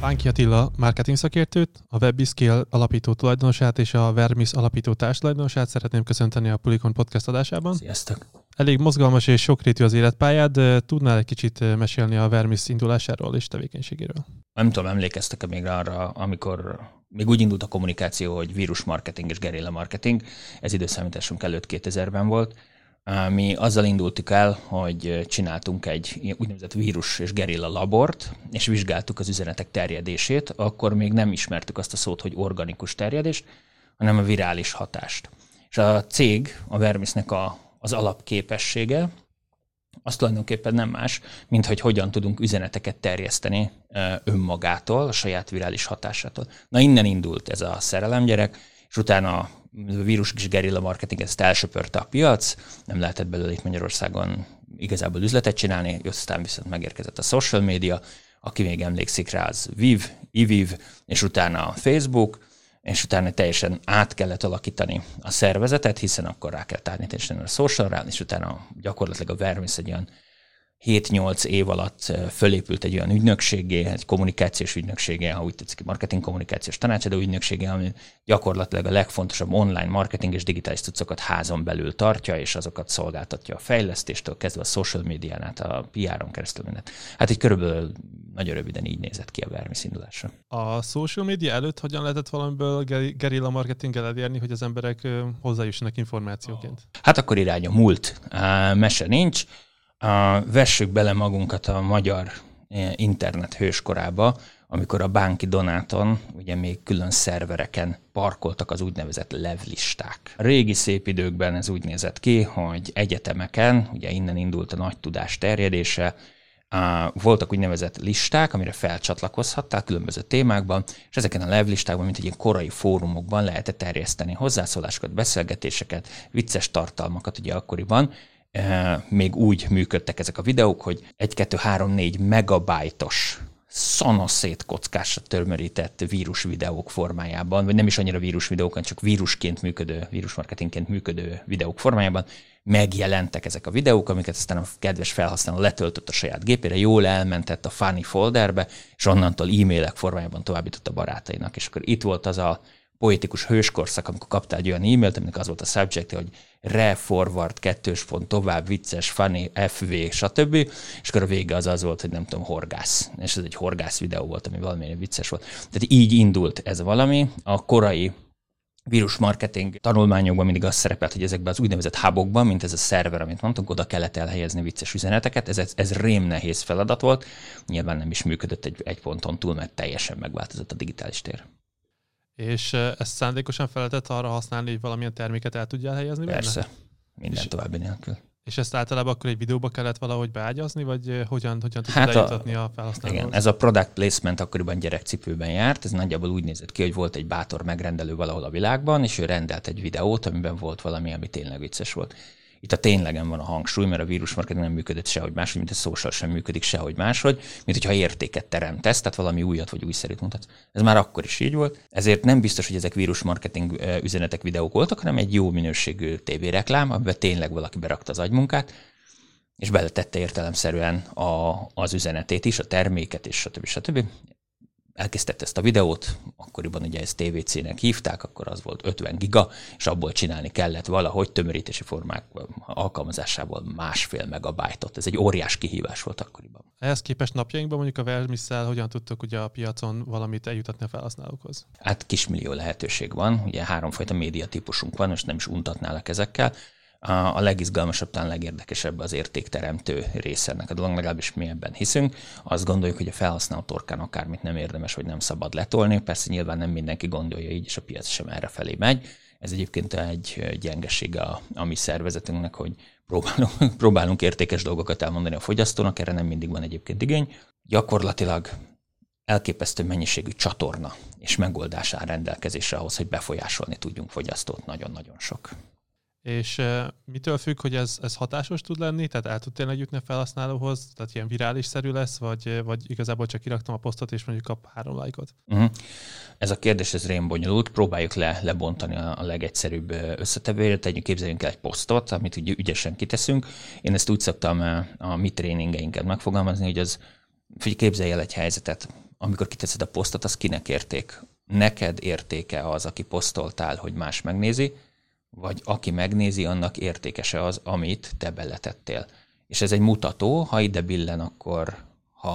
Pánki Attila marketing szakértőt, a WebBiScale alapító tulajdonosát és a Vermis alapító társtulajdonosát szeretném köszönteni a Pulikon podcast adásában. Sziasztok! Elég mozgalmas és sokrétű az életpályád, tudnál egy kicsit mesélni a Vermis indulásáról és tevékenységéről? Nem tudom, emlékeztek-e még arra, amikor még úgy indult a kommunikáció, hogy vírusmarketing és gerilla marketing, ez időszámításunk előtt 2000-ben volt. Mi azzal indultuk el, hogy csináltunk egy úgynevezett vírus és gerilla labort, és vizsgáltuk az üzenetek terjedését. Akkor még nem ismertük azt a szót, hogy organikus terjedést, hanem a virális hatást. És a cég, a Vermisnek az alapképessége, az tulajdonképpen nem más, mint hogy hogyan tudunk üzeneteket terjeszteni önmagától, a saját virális hatásától. Na innen indult ez a szerelem, gyerek, és utána a vírus és gerilla marketing ezt elsöpörte a piac, nem lehetett belőle itt Magyarországon igazából üzletet csinálni, aztán viszont megérkezett a social media, aki még emlékszik rá, az Viv, iViv, és utána a Facebook, és utána teljesen át kellett alakítani a szervezetet, hiszen akkor rá kell tárni teljesen a socialra, és utána gyakorlatilag a Vermis egy olyan 7-8 év alatt fölépült egy olyan ügynökségé, egy kommunikációs ügynökségé, ha úgy tetszik, marketing kommunikációs tanácsadó ügynökségé, ami gyakorlatilag a legfontosabb online marketing és digitális cuccokat házon belül tartja, és azokat szolgáltatja a fejlesztéstől kezdve a social médián át, a PR-on keresztül mindent. Hát így körülbelül nagyon röviden így nézett ki a Vermis indulása. A social media előtt hogyan lehetett valamiből gerilla marketinggel elérni, hogy az emberek hozzájussanak információként? Hát akkor irány a múlt. Mese nincs. Vessük bele magunkat a magyar internet hőskorába, amikor a Bánki Donáton ugye még külön szervereken parkoltak az úgynevezett levlisták. A régi szép időkben ez úgy nézett ki, hogy egyetemeken, ugye innen indult a nagy tudás terjedése, voltak úgynevezett listák, amire felcsatlakozhattál különböző témákban, és ezeken a levlistákban, mint egy ilyen korai fórumokban lehetett terjeszteni hozzászólásokat, beszélgetéseket, vicces tartalmakat ugye akkoriban. Még úgy működtek ezek a videók, hogy 1-2-3-4 megabájtos, szanaszét kockásra tömörített vírus videók formájában, vagy nem is annyira vírus videók, csak vírusmarketingként működő videók formájában megjelentek ezek a videók, amiket aztán a kedves felhasználó letöltött a saját gépére, jól elmentett a funny folderbe, és onnantól e-mailek formájában továbbított a barátainak. És akkor itt volt az a poétikus hőskorszak, amikor kaptál egy olyan e-mailt, aminek az volt a subject, hogy re-forward, tovább, vicces, funny, FV, stb. És akkor a vége az volt, hogy nem tudom, horgász. És ez egy horgász videó volt, ami valamilyen vicces volt. Tehát így indult ez valami. A korai vírusmarketing tanulmányokban mindig az szerepelt, hogy ezekben az úgynevezett hubokban, mint ez a szerver, amit mondtunk, oda kellett elhelyezni vicces üzeneteket. Ez rém nehéz feladat volt. Nyilván nem is működött egy ponton túl, mert teljesen megváltozott a digitális tér. És ezt szándékosan fel lehetett arra használni, hogy valamilyen terméket el tudjál helyezni benne? Persze, minden további nélkül. És ezt általában akkor egy videóba kellett valahogy beágyazni, vagy hogyan tudod eljutatni a felhasználóhoz? Igen, ez a product placement akkoriban gyerekcipőben járt, ez nagyjából úgy nézett ki, hogy volt egy bátor megrendelő valahol a világban, és ő rendelt egy videót, amiben volt valami, ami tényleg vicces volt. Itt a ténylegen van a hangsúly, mert a vírusmarketing nem működött sehogy máshogy, mint a social sem működik sehogy máshogy, mint hogyha értéket teremtesz, tehát valami újat vagy újszerűt mutatsz. Ez már akkor is így volt. Ezért nem biztos, hogy ezek vírusmarketing üzenetek, videók voltak, hanem egy jó minőségű tévéreklám, amiben tényleg valaki berakta az agymunkát, és beletette értelemszerűen az üzenetét is, a terméket és stb. Elkészítette ezt a videót, akkoriban ugye ezt TVC-nek hívták, akkor az volt 50 giga, és abból csinálni kellett valahogy tömörítési formák alkalmazásából 1,5 megabájtot. Ez egy óriás kihívás volt akkoriban. Ehhez képest napjainkban mondjuk a Vermisszel hogyan tudtok ugye a piacon valamit eljutatni a felhasználókhoz? Hát kismillió lehetőség van, ugye 3 fajta média típusunk van, és nem is untatnálak ezekkel. A legizgalmasabb, talán legérdekesebb az értékteremtő része ennek a dolog, legalábbis mi ebben hiszünk. Azt gondoljuk, hogy a felhasználó torkán akármit nem érdemes, vagy nem szabad letolni. Persze nyilván nem mindenki gondolja így, és a piac sem erre felé megy. Ez egyébként egy gyengesége a mi szervezetünknek, hogy próbálunk értékes dolgokat elmondani a fogyasztónak, erre nem mindig van egyébként igény. Gyakorlatilag elképesztő mennyiségű csatorna és megoldás áll rendelkezésre ahhoz, hogy befolyásolni tudjunk fogyasztót, nagyon-nagyon sok. És mitől függ, hogy ez hatásos tud lenni? Tehát el tud tényleg jutni a felhasználóhoz? Tehát ilyen virális-szerű lesz, vagy igazából csak kiraktam a posztot, és mondjuk kap 3 lájkot? Ez a kérdés, ez rém bonyolult. Próbáljuk lebontani a legegyszerűbb összetevőjét. Képzeljünk el egy posztot, amit ugye ügyesen kiteszünk. Én ezt úgy szoktam a mi tréningeinket megfogalmazni, hogy az Képzelj el egy helyzetet, amikor kiteszed a posztot, az kinek érték? Neked értéke az, aki posztoltál, hogy más megnézi, vagy aki megnézi, annak értékese az, amit te beletettél. És ez egy mutató, ha ide billen, akkor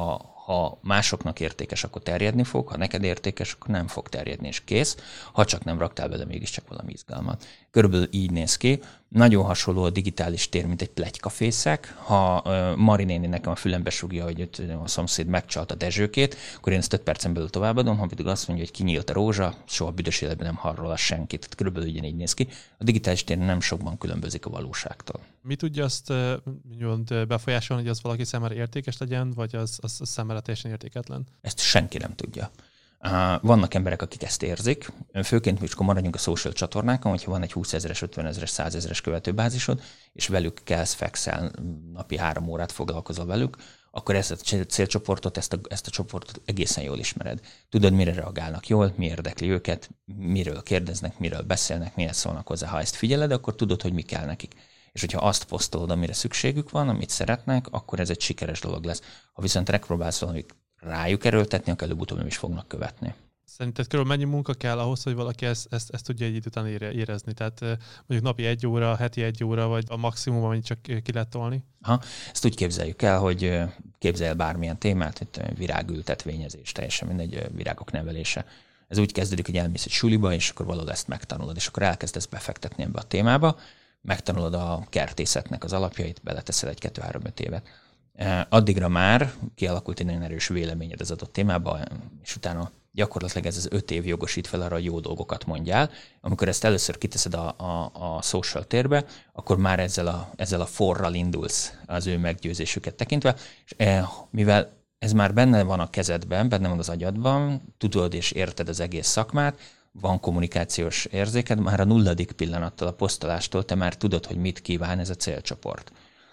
ha másoknak értékes, akkor terjedni fog, ha neked értékes, akkor nem fog terjedni, és kész, ha csak nem raktál bele mégiscsak valami izgalmat. Körülbelül így néz ki. Nagyon hasonló a digitális tér, mint egy pletykafészek. Ha Mari néni nekem a fülembe sugja, hogy a szomszéd megcsalta Dezsőkét, akkor én ezt 5 percen belül továbbadom, ha pedig azt mondja, hogy kinyílt a rózsa, soha büdös életben nem hall róla senkit. Körülbelül ugyanígy néz ki. A digitális tér nem sokban különbözik a valóságtól. Mi tudja azt befolyásolni, hogy az valaki számára értékes legyen, vagy az számára teljesen értéketlen? Ezt senki nem tudja. Vannak emberek, akik ezt érzik, főként most maradjunk a social csatornákon, hogyha van egy 20 000-es, 50 000-es, 100 000-es követőbázisod, és velük kelsz, fekszel, napi 3 órát foglalkozol velük, akkor ezt a célcsoportot, ezt a csoportot egészen jól ismered. Tudod, mire reagálnak jól, mi érdekli őket, miről kérdeznek, miről beszélnek, miért szólnak hozzá. Ha ezt figyeled, akkor tudod, hogy mi kell nekik. És hogyha azt posztolod, amire szükségük van, amit szeretnek, akkor ez egy sikeres dolog lesz. Ha viszont megpróbálsz valamit rájuk erőltetni, akkor előbb-utóbb nem is fognak követni. Szerinted körülbelül mennyi munka kell ahhoz, hogy valaki ezt tudja egy idő után érezni? Tehát mondjuk napi 1 óra, heti 1 óra, vagy a maximum, amit csak ki lehet tolni? Ezt úgy képzeljük el, hogy képzelj el bármilyen témát, itt virágültetvényezés, teljesen mindegy, virágok nevelése. Ez úgy kezdődik, hogy elmész egy suliba, és akkor valahol ezt megtanulod, és akkor elkezdesz befektetni ebbe a témába, megtanulod a kertészetnek az alapjait, beleteszel 1-2-3-5 évet. Addigra már kialakult egy nagyon erős véleményed az adott témában, és utána gyakorlatilag ez az 5 év jogosít fel arra, hogy jó dolgokat mondjál. Amikor ezt először kiteszed a social térbe, akkor már ezzel a forral indulsz az ő meggyőzésüket tekintve, és mivel ez már benne van a kezedben, benne van az agyadban, tudod és érted az egész szakmát, van kommunikációs érzéked, már a 0. pillanattal, a posztolástól te már tudod, hogy mit kíván ez a célcsoport.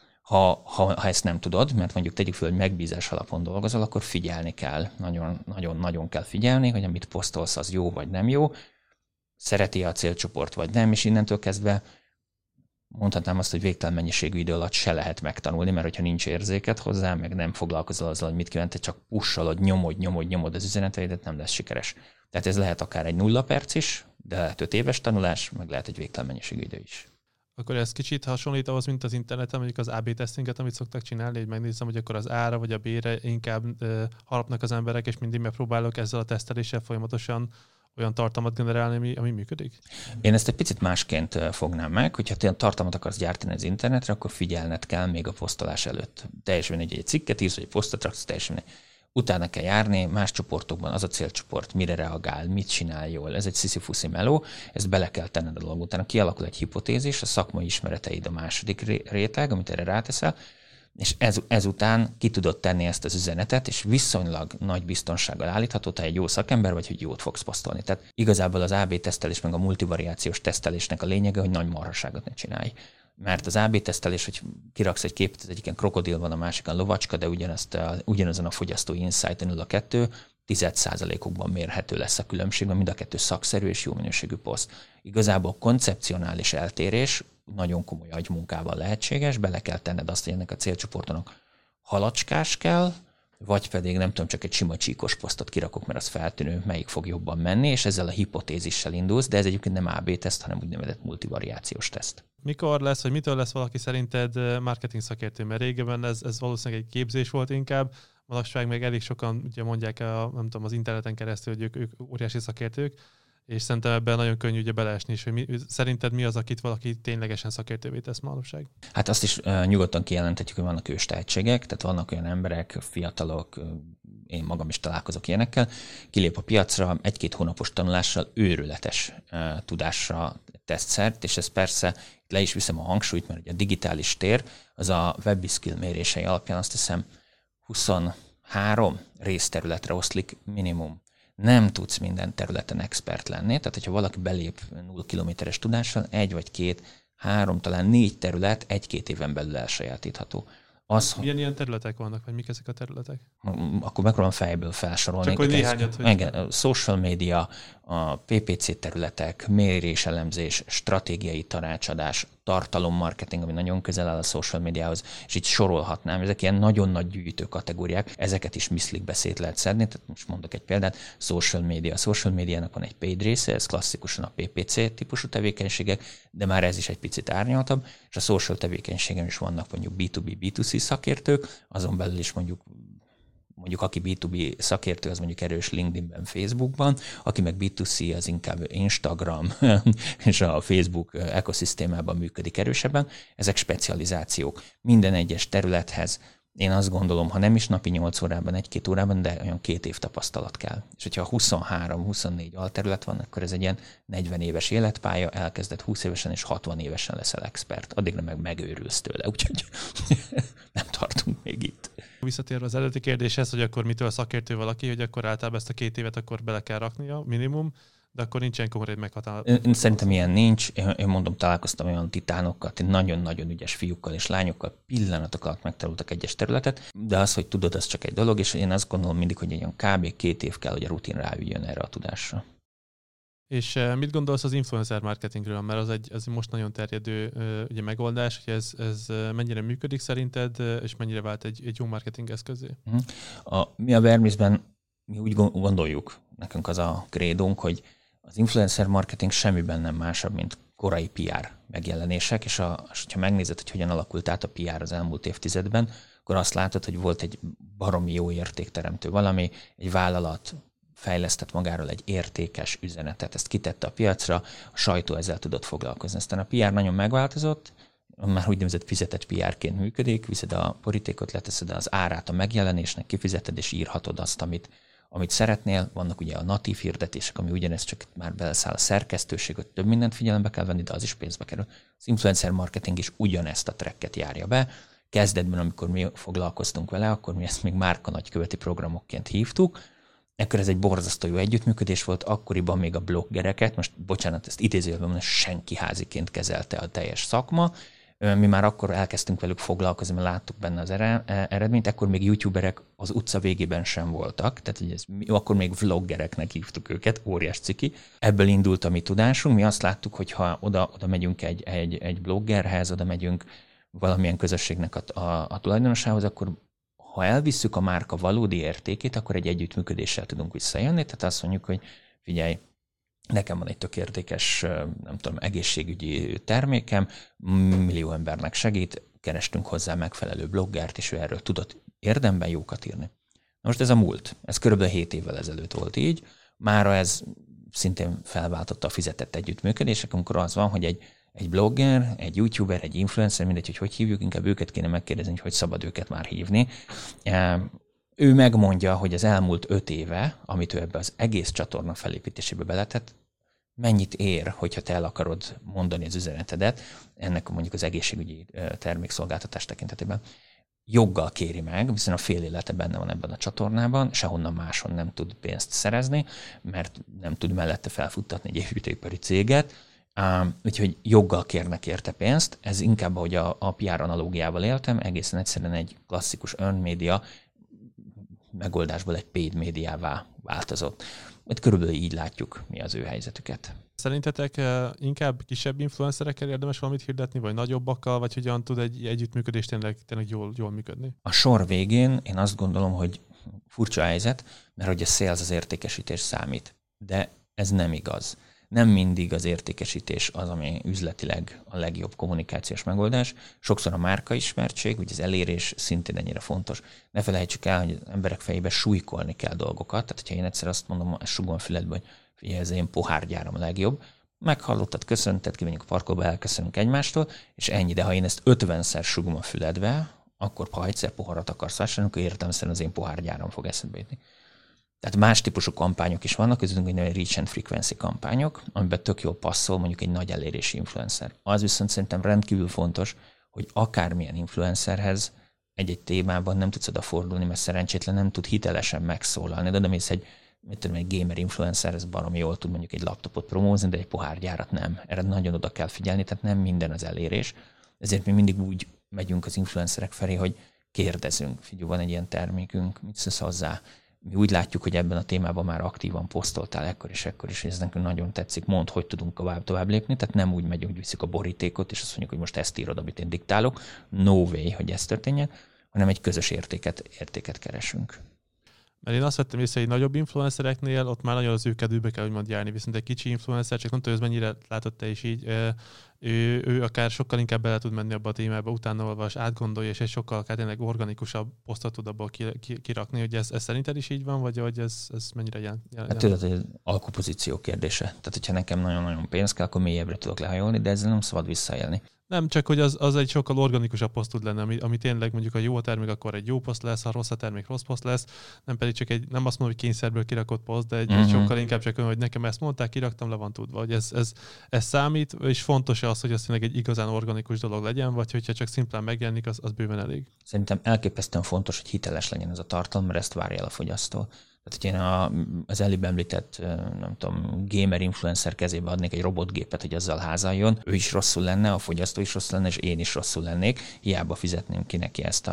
Ha ezt nem tudod, mert mondjuk tegyük fel, hogy megbízás alapon dolgozol, akkor figyelni kell. Nagyon kell figyelni, hogy amit posztolsz, az jó vagy nem jó. Szereti a célcsoport vagy nem, és innentől kezdve mondhatnám azt, hogy végtelen mennyiségű idő alatt se lehet megtanulni, mert hogyha nincs érzéket hozzá, meg nem foglalkozol azzal, hogy mit kíván, te csak pusholod, nyomod az üzeneteidet, nem lesz sikeres. Tehát ez lehet akár egy 0 perc is, de lehet 5 éves tanulás, meg lehet egy végtelen mennyiségű idő is. Akkor ez kicsit hasonlít ahhoz, mint az interneten, mondjuk az AB testinget, amit szoktak csinálni, hogy megnézem, hogy akkor az A-ra vagy a B-re inkább harapnak az emberek, és mindig megpróbálok ezzel a teszteléssel folyamatosan olyan tartalmat generálni, ami működik? Én ezt egy picit másként fognám meg, hogyha te tartalmat akarsz gyártani az internetre, akkor figyelned kell még a posztolás előtt. Teljesen egy cikket írsz, vagy egy posztot raksz, teljesen utána kell járni, más csoportokban az a célcsoport mire reagál, mit csinál jól. Ez egy sziszi-fuszi meló, ezt bele kell tenned a dolog. Utána kialakul egy hipotézis, a szakmai ismereteid a második réteg, amit erre ráteszel, és ezután ki tudod tenni ezt az üzenetet, és viszonylag nagy biztonsággal állítható, te egy jó szakember vagy, hogy jót fogsz posztolni. Tehát igazából az AB tesztelés meg a multivariációs tesztelésnek a lényege, hogy nagy marhaságot ne csinálj. Mert az AB tesztelés, hogy kiraksz egy képet, az egyiken krokodil van, a másikon lovacska, de ugyanazon a fogyasztói insight-en a 2, 10%-okban mérhető lesz a különbség, mert mind a 2 szakszerű és jó minőségű poszt. Igazából koncepcionális eltérés nagyon komoly agymunkával lehetséges, bele kell tenned azt, hogy ennek a célcsoportonak halacskás kell, vagy pedig nem tudom, csak egy sima csíkos posztot kirakok, mert az feltűnő, melyik fog jobban menni, és ezzel a hipotézissel indulsz, de ez egyébként nem AB teszt, hanem úgynevezett multivariációs teszt. Mikor lesz, vagy mitől lesz valaki szerinted marketing szakértő? Mert régebben ez valószínűleg egy képzés volt inkább, manapság meg elég sokan ugye mondják nem tudom, az interneten keresztül, hogy ők óriási szakértők, és szerintem ebben nagyon könnyű ugye beleesni is, hogy szerinted mi az, akit valaki ténylegesen szakértővé tesz manapság? Hát azt is nyugodtan kijelenthetjük, hogy vannak ős tehetségek, tehát vannak olyan emberek, fiatalok, én magam is találkozok ilyenekkel, kilép a piacra, 1-2 hónapos tanulással őrületes tudásra tesz szert, és ez persze le is viszem a hangsúlyt, mert ugye a digitális tér, az a WebSkill mérései alapján azt hiszem 23 részterületre oszlik minimum. Nem tudsz minden területen expert lenni, tehát hogyha valaki belép 0 kilométeres tudással, 1 vagy 2, 3, talán 4 terület 1-2 éven belül elsajátítható. Milyen ilyen területek vannak, vagy mik ezek a területek? Akkor megpróbálom fejből felsorolni. Csak hogy néhányat. A social media, a PPC területek, méréselemzés, stratégiai tanácsadás, tartalommarketing, ami nagyon közel áll a social médiához, és itt sorolhatnám, ezek ilyen nagyon nagy gyűjtő kategóriák, ezeket is miszlikbe szét lehet szedni, tehát most mondok egy példát, social media. A social médiának van egy paid része, ez klasszikusan a PPC típusú tevékenységek, de már ez is egy picit árnyaltabb, és a social tevékenységen is vannak mondjuk B2B, B2C szakértők, azon belül is mondjuk aki B2B szakértő, az mondjuk erős LinkedInben, Facebookban, aki meg B2C, az inkább Instagram és a Facebook ekoszisztémában működik erősebben. Ezek specializációk. Minden egyes területhez én azt gondolom, ha nem is napi 8 órában, 1-2 órában, de olyan 2 év tapasztalat kell. És hogyha 23-24 alterület van, akkor ez egy ilyen 40 éves életpálya, elkezdett 20 évesen és 60 évesen leszel expert. Addigra meg megőrülsz tőle, úgyhogy nem tartunk még itt. Visszatérve az eredeti kérdéshez, hogy akkor mitől szakértő valaki, hogy akkor általában ezt a 2 évet akkor bele kell raknia, minimum, de akkor nincsen konkrét meghatározás. Szerintem ilyen nincs. Én mondom, találkoztam olyan titánokkal, nagyon-nagyon ügyes fiúkkal és lányokkal, pillanatok alatt megtanultak egyes területet, de az, hogy tudod, az csak egy dolog, és én azt gondolom mindig, hogy ilyen kb. 2 év kell, hogy a rutin ráüljön erre a tudásra. És mit gondolsz az influencer marketingről? Mert az most nagyon terjedő ugye megoldás, hogy ez mennyire működik szerinted, és mennyire vált egy jó marketing eszközé? Mi a Vermisben mi úgy gondoljuk, nekünk az a krédónk, hogy az influencer marketing semmiben nem másabb, mint korai PR megjelenések, és ha megnézed, hogy hogyan alakult át a PR az elmúlt évtizedben, akkor azt látod, hogy volt egy baromi jó értékteremtő valami, egy vállalat fejlesztett magáról egy értékes üzenetet, ezt kitette a piacra, a sajtó ezzel tudott foglalkozni. Aztán a PR nagyon megváltozott, már úgynevezett fizetett PR-ként működik, viszed a borítékot, leteszed az árát a megjelenésnek, kifizeted és írhatod azt, amit szeretnél. Vannak ugye a natív hirdetések, ami ugyanez, csak már beleszáll a szerkesztőség, hogy több mindent figyelembe kell venni, de az is pénzbe kerül. Az influencer marketing is ugyanezt a tracket járja be. Kezdetben, amikor mi foglalkoztunk vele, akkor mi ezt még márka nagyköveti programokként hívtuk. Ekkor ez egy borzasztó jó együttműködés volt, akkoriban még a bloggereket, most bocsánat, ezt idézőjelben mondom, senki háziként kezelte a teljes szakma. Mi már akkor elkezdtünk velük foglalkozni, mert láttuk benne az eredményt, ekkor még youtuberek az utca végében sem voltak, tehát akkor még vloggereknek hívtuk őket, óriás ciki. Ebből indult a mi tudásunk, mi azt láttuk, hogy ha oda megyünk egy bloggerhez, oda megyünk valamilyen közösségnek a tulajdonosához, akkor ha elvisszük a márka valódi értékét, akkor egy együttműködéssel tudunk visszajönni, tehát azt mondjuk, hogy figyelj, nekem van egy tök értékes, nem tudom, egészségügyi termékem, millió embernek segít, kerestünk hozzá megfelelő bloggert, és ő erről tudott érdemben jókat írni. Most ez a múlt, ez körülbelül 7 évvel ezelőtt volt így, mára ez szintén felváltotta a fizetett együttműködések, amikor az van, hogy egy blogger, egy youtuber, egy influencer, mindegy, hogy hívjuk, inkább őket kéne megkérdezni, hogy szabad őket már hívni. Ő megmondja, hogy az elmúlt 5 éve, amit ő ebbe az egész csatorna felépítésébe beletett, mennyit ér, hogyha te el akarod mondani az üzenetedet, ennek mondjuk az egészségügyi termékszolgáltatás tekintetében. Joggal kéri meg, hiszen a fél élete benne van ebben a csatornában, sehonnan máshon nem tud pénzt szerezni, mert nem tud mellette felfuttatni egy építőipari céget, úgyhogy joggal kérnek érte pénzt. Ez inkább, ahogy a PR analógiával éltem, egészen egyszerűen egy klasszikus earned media megoldásból egy paid médiává változott. Körülbelül így látjuk mi az ő helyzetüket. Szerintetek inkább kisebb influencerekkel érdemes valamit hirdetni, vagy nagyobbakkal, vagy hogyan tud egy együttműködés tényleg jól működni? A sor végén én azt gondolom, hogy furcsa helyzet, mert hogy a sales az értékesítés számít. De ez nem igaz. Nem mindig az értékesítés az, ami üzletileg a legjobb kommunikációs megoldás. Sokszor a márkaismertség, ugye az elérés szintén ennyire fontos. Ne felejtsük el, hogy az emberek fejébe súlykolni kell dolgokat. Tehát, hogyha én egyszer azt mondom, sugom a füledbe, hogy figyelj, ez én pohárgyáram a legjobb, meghallottad, köszönted, kimegyünk a parkolba, elköszönünk egymástól, és ennyi. De ha én ezt 50-szer sugom a füledbe, akkor ha egyszer poharat akarsz vásárolni, akkor értelemszerűen az én pohárgyáram fog eszedbe jutni. Tehát más típusú kampányok is vannak, közülünk egy reach and frequency kampányok, amiben tök jól passzol mondjuk egy nagy elérési influencer. Az viszont szerintem rendkívül fontos, hogy akármilyen influencerhez egy-egy témában nem tudsz odafordulni, mert szerencsétlen nem tud hitelesen megszólalni. De mész egy gamer influencer, ez baromi jól tud mondjuk egy laptopot promózni, de egy pohárgyárat nem. Erre nagyon oda kell figyelni, tehát nem minden az elérés. Ezért mi mindig úgy megyünk az influencerek felé, hogy kérdezünk. Figyelj, van egy ilyen termékünk, mit szólsz hozzá? Mi úgy látjuk, hogy ebben a témában már aktívan posztoltál ekkor is, és ez nekünk nagyon tetszik, mondd, hogy tudunk tovább lépni, tehát nem úgy megy, hogy viszik a borítékot, és azt mondjuk, hogy most ezt írod, amit én diktálok, no way, hogy ez történjen, hanem egy közös értéket keresünk. Mert én azt vettem észre, hogy nagyobb influencereknél ott már nagyon az ő kedvükbe kell úgymond járni, viszont egy kicsi influencer, csak nem tudom, hogy mennyire látod te is így, ő akár sokkal inkább bele tud menni abba a témába, utána olvas, átgondolja, és egy sokkal akár tényleg organikusabb posztot tud abból kirakni, hogy ez szerinted is így van, vagy hogy ez mennyire jelen? Hát tudod, hogy az alkupozíció kérdése. Tehát, hogyha nekem nagyon-nagyon pénz kell, akkor mélyebbre tudok lehajolni, de ezzel nem szabad visszaélni. Nem, csak hogy az egy sokkal organikusabb poszt tud lenni, ami tényleg mondjuk, ha jó a termék, akkor egy jó poszt lesz, ha rossz a termék, rossz poszt lesz, nem pedig csak nem azt mondom, hogy kényszerből kirakott poszt, de egy sokkal inkább csak olyan, hogy nekem ezt mondták, kiraktam, le van tudva, hogy ez számít, és fontos az, hogy az tényleg egy igazán organikus dolog legyen, vagy hogyha csak szimplán megjelenik, az bőven elég. Szerintem elképesztően fontos, hogy hiteles legyen ez a tartalom, mert ezt várja el a fogyasztó. Tehát, hogy én az előbb említett, nem tudom, gamer influencer kezébe adnék egy robotgépet, hogy azzal házaljon, ő is rosszul lenne, a fogyasztó is rosszul lenne, és én is rosszul lennék, hiába fizetném ki neki ezt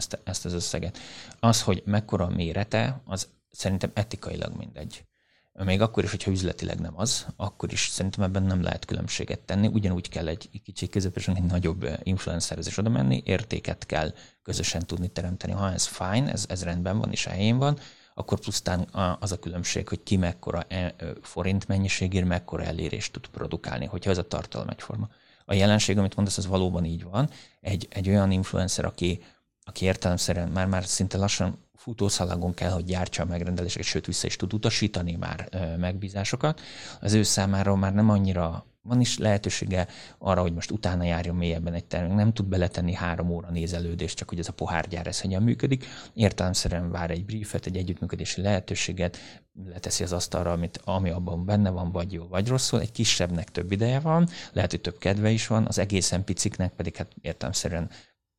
az összeget. Az, hogy mekkora a mérete, az szerintem etikailag mindegy. Még akkor is, hogyha üzletileg nem az, akkor is szerintem ebben nem lehet különbséget tenni. Ugyanúgy kell egy kicsi közepesen egy nagyobb influencerhez is oda menni, értéket kell közösen tudni teremteni. Ha ez fine, ez rendben van és helyén van, akkor pusztán az a különbség, hogy ki mekkora forint mennyiségért mekkora elérést tud produkálni, hogyha ez a tartalom egyforma. A jelenség, amit mondasz, az valóban így van. Egy olyan influencer, aki értelemszerűen már szinte lassan futószalagon kell, hogy gyártsa a megrendeléseket, sőt vissza is tud utasítani már megbízásokat, az ő számára már nem annyira van is lehetősége arra, hogy most utána járjon mélyebben egy termék. Nem tud beletenni 3 óra nézelődést, csak hogy ez a pohárgyár ez hogyan működik. Értelemszerűen vár egy briefet, egy együttműködési lehetőséget, leteszi az asztalra, ami abban benne van, vagy jó, vagy rosszul. Egy kisebbnek több ideje van, lehet, hogy több kedve is van, az egészen piciknek pedig hát értelemszerűen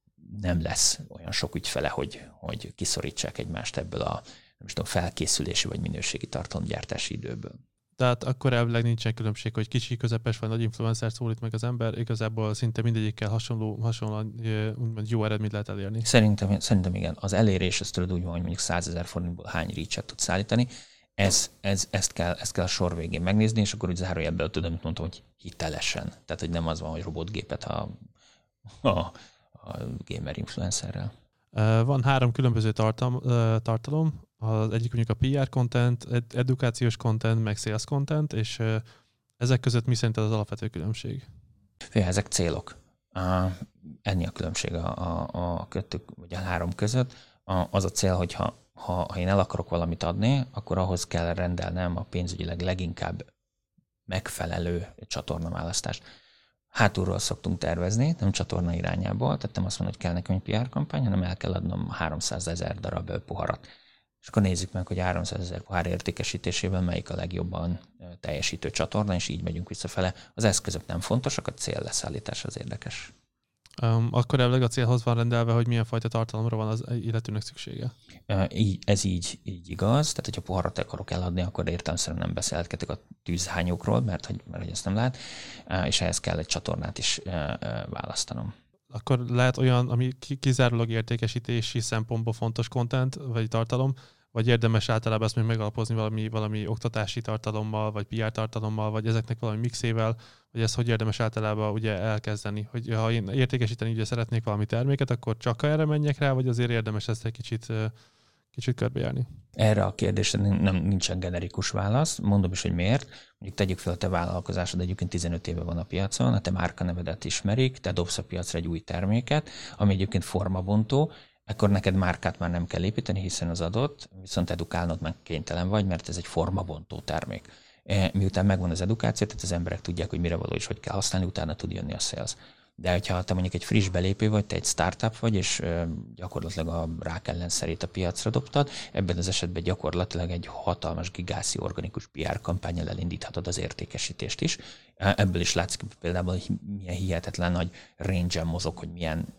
nem lesz olyan sok ügyfele, hogy kiszorítsák egymást ebből a felkészülési vagy minőségi tartalomgyártási időből. Tehát akkor elvileg nincsen különbség, hogy kicsi, közepes vagy nagy influencer szólít meg az ember, igazából szinte mindegyikkel hasonlóan úgymond jó eredményt lehet elérni. Szerintem igen. Az elérés, ezt tudod úgy van, hogy mondjuk 100 000 forintból hány reach-et tudsz állítani. Ezt kell a sor végén megnézni, és akkor úgy zárójelben tudom, amit mondtam, hogy hitelesen. Tehát, hogy nem az van, hogy robotgépet a gamer influencerrel. Van 3 különböző tartalom. Az egyik mondjuk a PR content, edukációs content, meg sales content, és ezek között mi szerinted az alapvető különbség? Ezek célok. Ennyi a különbség a kettő, vagy a 3 között. Az a cél, hogy ha én el akarok valamit adni, akkor ahhoz kell rendelnem a pénzügyileg leginkább megfelelő csatornaválasztást. Hátulról szoktunk tervezni, nem csatorna irányából, tehát nem azt mondom, hogy kell nekem egy PR kampány, hanem el kell adnom 300 000 darab poharat. És akkor nézzük meg, hogy 300 000 pohár értékesítésében melyik a legjobban teljesítő csatorna, és így megyünk visszafele. Az eszközök nem fontosak, a cél leszállítás az érdekes. Akkor elvileg a célhoz van rendelve, hogy milyen fajta tartalomra van az illetőnek szüksége? Ez így igaz, tehát hogyha poharat akarok eladni, akkor értelemszerűen nem beszélgetek a tűzhányókról, mert hogy ezt nem lehet, és ehhez kell egy csatornát is választanom. Akkor lehet olyan, ami kizárólag értékesítési szempontból fontos content, vagy tartalom, vagy érdemes általában ezt még megalapozni valami oktatási tartalommal, vagy PR tartalommal, vagy ezeknek valami mixével, vagy ezt hogy érdemes általában ugye elkezdeni, hogy ha én értékesíteni ugye szeretnék valami terméket, akkor csak erre menjek rá, vagy azért érdemes ezt egy kicsit körbejárni? Erre a kérdésre nincsen generikus válasz. Mondom is, hogy miért. Mondjuk tegyük fel, a te vállalkozásod egyébként 15 éve van a piacon, a te márkanevedet ismerik, te dobsz a piacra egy új terméket, ami egyébként formabontó, akkor neked márkát már nem kell építeni, hiszen az adott, viszont edukálnod meg kénytelen vagy, mert ez egy formabontó termék. Miután megvan az edukáció, tehát az emberek tudják, hogy mire való és hogy kell használni, utána tud jönni a sales. De hogyha te mondjuk egy friss belépő vagy, te egy startup vagy, és gyakorlatilag a rák ellenszerét a piacra dobtad, ebben az esetben gyakorlatilag egy hatalmas gigászi organikus PR kampánnyal elindíthatod az értékesítést is. Ebből is látszik például, hogy milyen hihetetlen nagy range-en mozog, hogy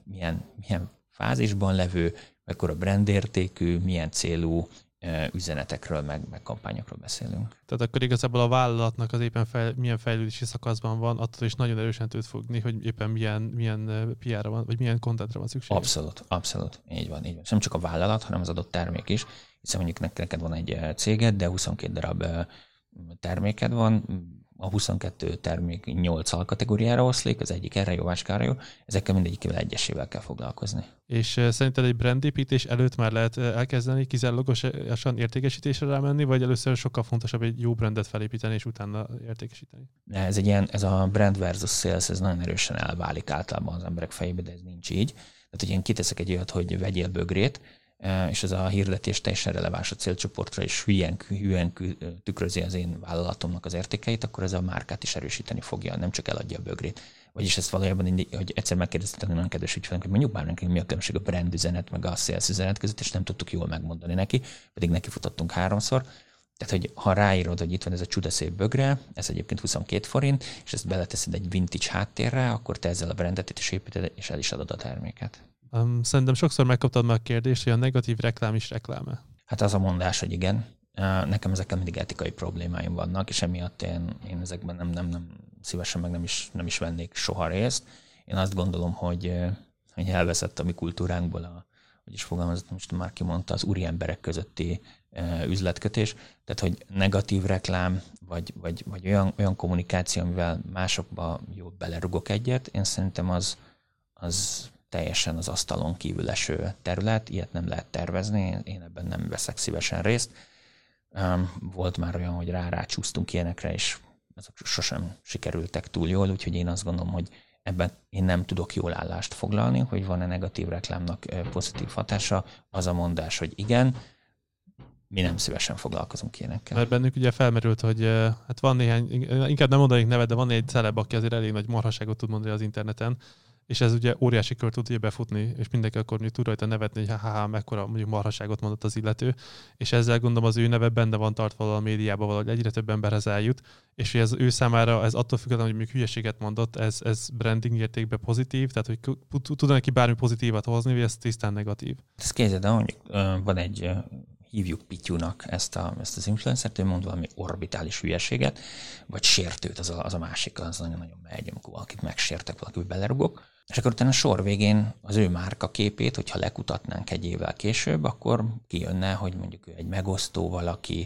milyen fázisban levő, mekkora brandértékű, milyen célú üzenetekről, meg kampányokról beszélünk. Tehát akkor igazából a vállalatnak az éppen milyen fejlődési szakaszban van, attól is nagyon erősen tud fogni, hogy éppen milyen PR-ra van, vagy milyen contentre van szükség. Abszolút. Így van. És nem csak a vállalat, hanem az adott termék is, hiszen mondjuk neked van egy céged, de 22 darab terméked van, a 22 termék 8 alkategóriára oszlik, az egyik erre jó, másikára jó, ezekkel mindegyikével egyesével kell foglalkozni. És szerinted egy brandépítés előtt már lehet elkezdeni kizárólagosan értékesítésre rámenni, vagy először sokkal fontosabb egy jó brandet felépíteni, és utána értékesíteni? Ez a brand versus sales, ez nagyon erősen elválik általában az emberek fejébe, de ez nincs így. Tehát, hogy én kiteszek egy olyat, hogy vegyél bögrét, és ez a hirdetés teljesen releváns a célcsoportra, és hülyen tükrözi az én vállalatomnak az értékeit, akkor ez a márkát is erősíteni fogja, nem csak eladja a bögrét. Vagyis ezt valójában, hogy egyszer megkérdeztem nagyon kedves ügyfelünk, hogy mondjuk bár nekünk mi a különbség a brand üzenet meg a sales üzenet között, és nem tudtuk jól megmondani neki, pedig neki futottunk 3-szor. Tehát, hogy ha ráírod, hogy itt van ez a csudaszép bögre, ez egyébként 22 forint, és ezt beleteszed egy vintage háttérre, akkor te ezzel a brandet is építed, és el is adod a terméket. Szerintem sokszor megkaptad már a kérdést, hogy a negatív reklám is reklám-e? Hát az a mondás, hogy igen. Nekem ezekkel mindig etikai problémáim vannak, és emiatt én ezekben nem szívesen meg nem is vennék soha részt. Én azt gondolom, hogy elveszett a mi kultúránkból hogy is fogalmazott, most már kimondta, az úriemberek közötti üzletkötés. Tehát, hogy negatív reklám, vagy olyan kommunikáció, amivel másokba jól belerugok egyet, én szerintem az teljesen az asztalon kívül eső terület, ilyet nem lehet tervezni, én ebben nem veszek szívesen részt. Volt már olyan, hogy rácsúsztunk ilyenekre, és azok sosem sikerültek túl jól, úgyhogy én azt gondolom, hogy ebben én nem tudok jól állást foglalni, hogy van-e negatív reklámnak pozitív hatása. Az a mondás, hogy igen, mi nem szívesen foglalkozunk ilyenekkel. Mert bennük ugye felmerült, hogy hát van néhány, inkább nem mondanék nevet, de van egy celeb, aki azért elég nagy marhaságot tud mondani az interneten, és ez ugye óriási kört tud ugye befutni, és mindenki akkor mondjuk tud rajta nevetni, hogy mekkora mondjuk marhaságot mondott az illető, és ezzel gondolom az ő neve benne van tartva a médiában, valahogy egyre több emberhez eljut, és hogy ez ő számára, ez attól függetlenül, hogy mondjuk hülyeséget mondott, ez branding értékben pozitív, tehát hogy tud neki bármi pozitívat hozni, vagy ez tisztán negatív. Ez képzeld, de mondjuk van egy hívjuk Pityúnak ezt az influencert, ő mond valami orbitális hülyeséget, vagy sértőt, az a másik, az nagyon-nagyon megy, amikor valakit megsértek, valakit belerugok. És akkor utána a sor végén az ő márka képét, hogyha lekutatnánk egy évvel később, akkor kijönne, hogy mondjuk ő egy megosztó valaki,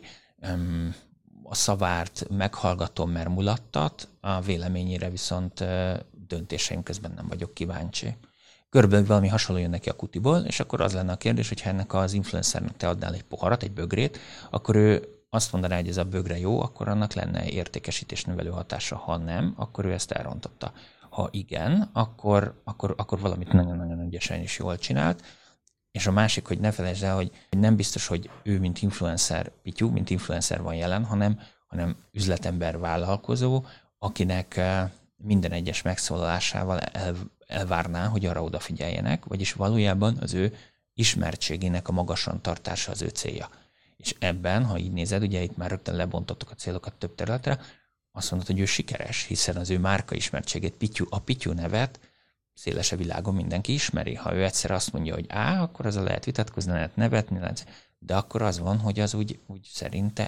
a szavát meghallgatom, mert mulattat, a véleményére viszont döntéseim közben nem vagyok kíváncsi. Körülbelül valami hasonló jön neki a kutiból, és akkor az lenne a kérdés, hogy ha ennek az influencernek te adnál egy poharat, egy bögrét, akkor ő azt mondaná, hogy ez a bögre jó, akkor annak lenne értékesítés növelő hatása, ha nem, akkor ő ezt elrontotta. Ha igen, akkor valamit nagyon-nagyon ügyesen is jól csinált. És a másik, hogy ne felejtsd el, hogy nem biztos, hogy ő, mint influencer, Pityú, mint influencer van jelen, hanem üzletember, vállalkozó, akinek minden egyes megszólalásával elvárná, hogy arra odafigyeljenek, vagyis valójában az ő ismertségének a magasan tartása az ő célja. És ebben, ha így nézed, ugye itt már rögtön lebontottuk a célokat több területre, azt mondod, hogy ő sikeres, hiszen az ő márka ismertségét, a Pityú nevet szélesebb világon mindenki ismeri. Ha ő egyszer azt mondja, hogy akkor az lehet vitatkozni, lehet nevetni, de akkor az van, hogy az úgy szerinte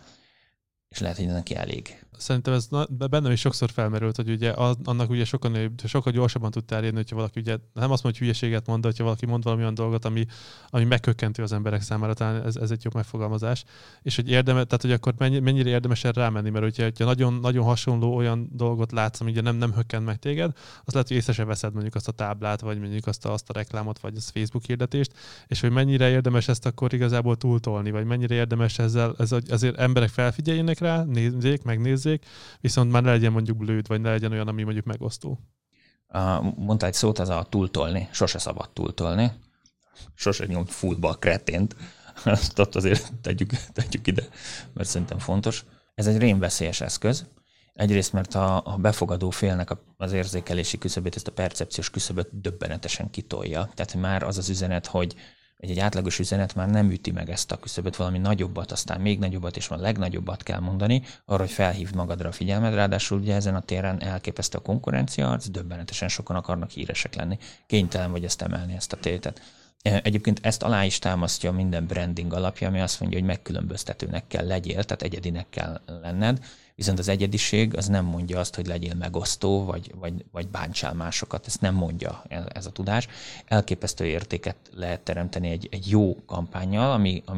és lehet, hogy neki elég. Szerintem ez bennem is sokszor felmerült, hogy ugye annak ugye sokkal gyorsabban tud terjedni, hogyha valaki ugye nem azt mondja, hogy hülyeséget mond, de hogyha valaki mond valami olyan dolgot, ami megkökkentő az emberek számára, talán ez egy jobb megfogalmazás. És hogy tehát hogy akkor mennyire érdemes erre rámenni, mert hogyha nagyon, nagyon hasonló olyan dolgot látsz, ami ugye nem hökkent meg téged, az lehet, hogy észre se veszed mondjuk azt a táblát, vagy mondjuk azt a reklámot, vagy az Facebook hirdetést, és hogy mennyire érdemes ezt akkor igazából túltolni, vagy mennyire érdemes azért emberek felfigyeljenek rá, megnézzék, viszont már ne legyen mondjuk blőd, vagy ne legyen olyan, ami mondjuk megosztó. Mondtál egy szót, az a túltolni. Sose szabad túltolni. Sose nyom fullba a kretént. Azt azért tegyük ide, mert szerintem fontos. Ez egy rémveszélyes eszköz. Egyrészt, mert a befogadó félnek az érzékelési küszöbét, ezt a percepciós küszöböt döbbenetesen kitolja. Tehát már az üzenet, hogy egy átlagos üzenet már nem üti meg ezt a küszöböt, valami nagyobbat, aztán még nagyobbat, és a legnagyobbat kell mondani, arra, hogy felhívd magadra a figyelmed, ráadásul ugye ezen a téren elképesztő a konkurencia, az döbbenetesen sokan akarnak híresek lenni. Kénytelen vagy ezt emelni, ezt a tétet. Egyébként ezt alá is támasztja minden branding alapja, ami azt mondja, hogy megkülönböztetőnek kell legyél, tehát egyedinek kell lenned, viszont az egyediség az nem mondja azt, hogy legyél megosztó, vagy bántsál másokat, ezt nem mondja ez a tudás. Elképesztő értéket lehet teremteni egy jó kampánnyal, ami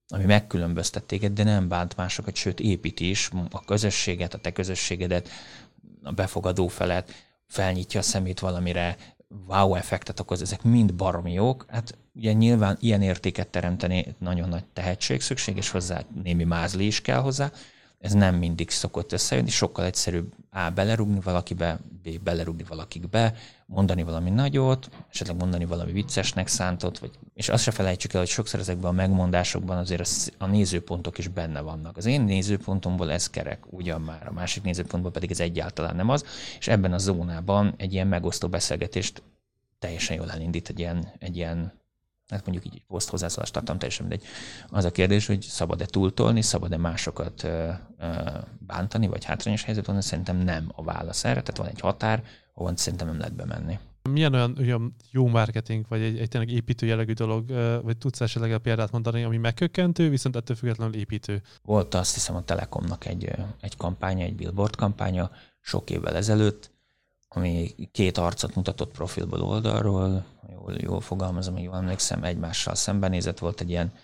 ami megkülönböztet téged, de nem bánt másokat, sőt építi is a közösséget, a te közösségedet, a befogadó felet, felnyitja a szemét valamire, wow effektet okoz, ezek mind baromi jók. Hát ugye nyilván ilyen értéket teremteni nagyon nagy tehetség szükséges hozzá, némi mázli is kell hozzá. Ez nem mindig szokott összejönni, sokkal egyszerűbb A. belerúgni valakibe, B. belerúgni valakikbe, mondani valami nagyot, esetleg mondani valami viccesnek szántot, és azt se felejtsük el, hogy sokszor ezekben a megmondásokban azért a nézőpontok is benne vannak. Az én nézőpontomból ez kerek, ugyan már, a másik nézőpontból pedig ez egyáltalán nem az, és ebben a zónában egy ilyen megosztó beszélgetést teljesen jól elindít egy ilyen hát mondjuk így poszthozzászólást tartom, teljesen mindegy. Az a kérdés, hogy szabad-e túltolni, szabad-e másokat bántani, vagy hátrányos helyzetben van, szerintem nem a válasz erre, tehát van egy határ, ahol szerintem nem lehet bemenni. Milyen olyan jó marketing, vagy egy tényleg építő jellegű dolog, vagy tudsz esetleg a példát mondani, ami megkökkentő, viszont ettől függetlenül építő? Volt azt hiszem a Telekomnak egy kampánya, egy billboard kampánya sok évvel ezelőtt, ami 2 arcot mutatott profilból oldalról, jól fogalmazom, jól emlékszem, egymással szembenézett, volt egy ilyen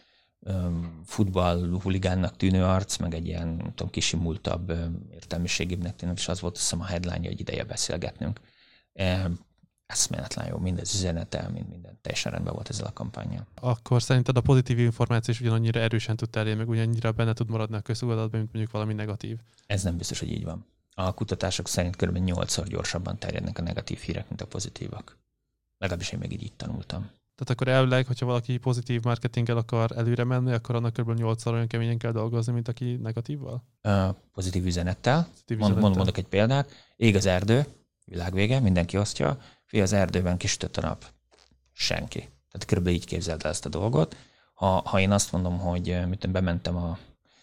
futball huligánnak tűnő arc, meg egy ilyen, nem tudom, kisimultabb, értelmiségibbnek tűnő, és az volt azt hiszem a headline, hogy ideje beszélgetnünk. Eszméletlen jó, mindez üzenete, minden teljesen rendben volt ezzel a kampánnyal. Akkor szerinted a pozitív információ is ugyanannyira erősen tud terjedni, meg ugyanannyira benne tud maradni a köztudatban, mint mondjuk valami negatív? Ez nem biztos, hogy így van. A kutatások szerint kb. 8-szor gyorsabban terjednek a negatív hírek, mint a pozitívak. Legalábbis én még így tanultam. Tehát akkor elvileg, hogyha valaki pozitív marketinggel akar előre menni, akkor annak kb. 8-szor olyan keményen kell dolgozni, mint aki negatívval? Pozitív üzenettel. Mondok egy példát. Ég az erdő, világvége, mindenki osztja. Az erdőben kisütött a nap. Senki. Tehát kb. Így képzeld el ezt a dolgot. Ha én azt mondom, hogy bementem a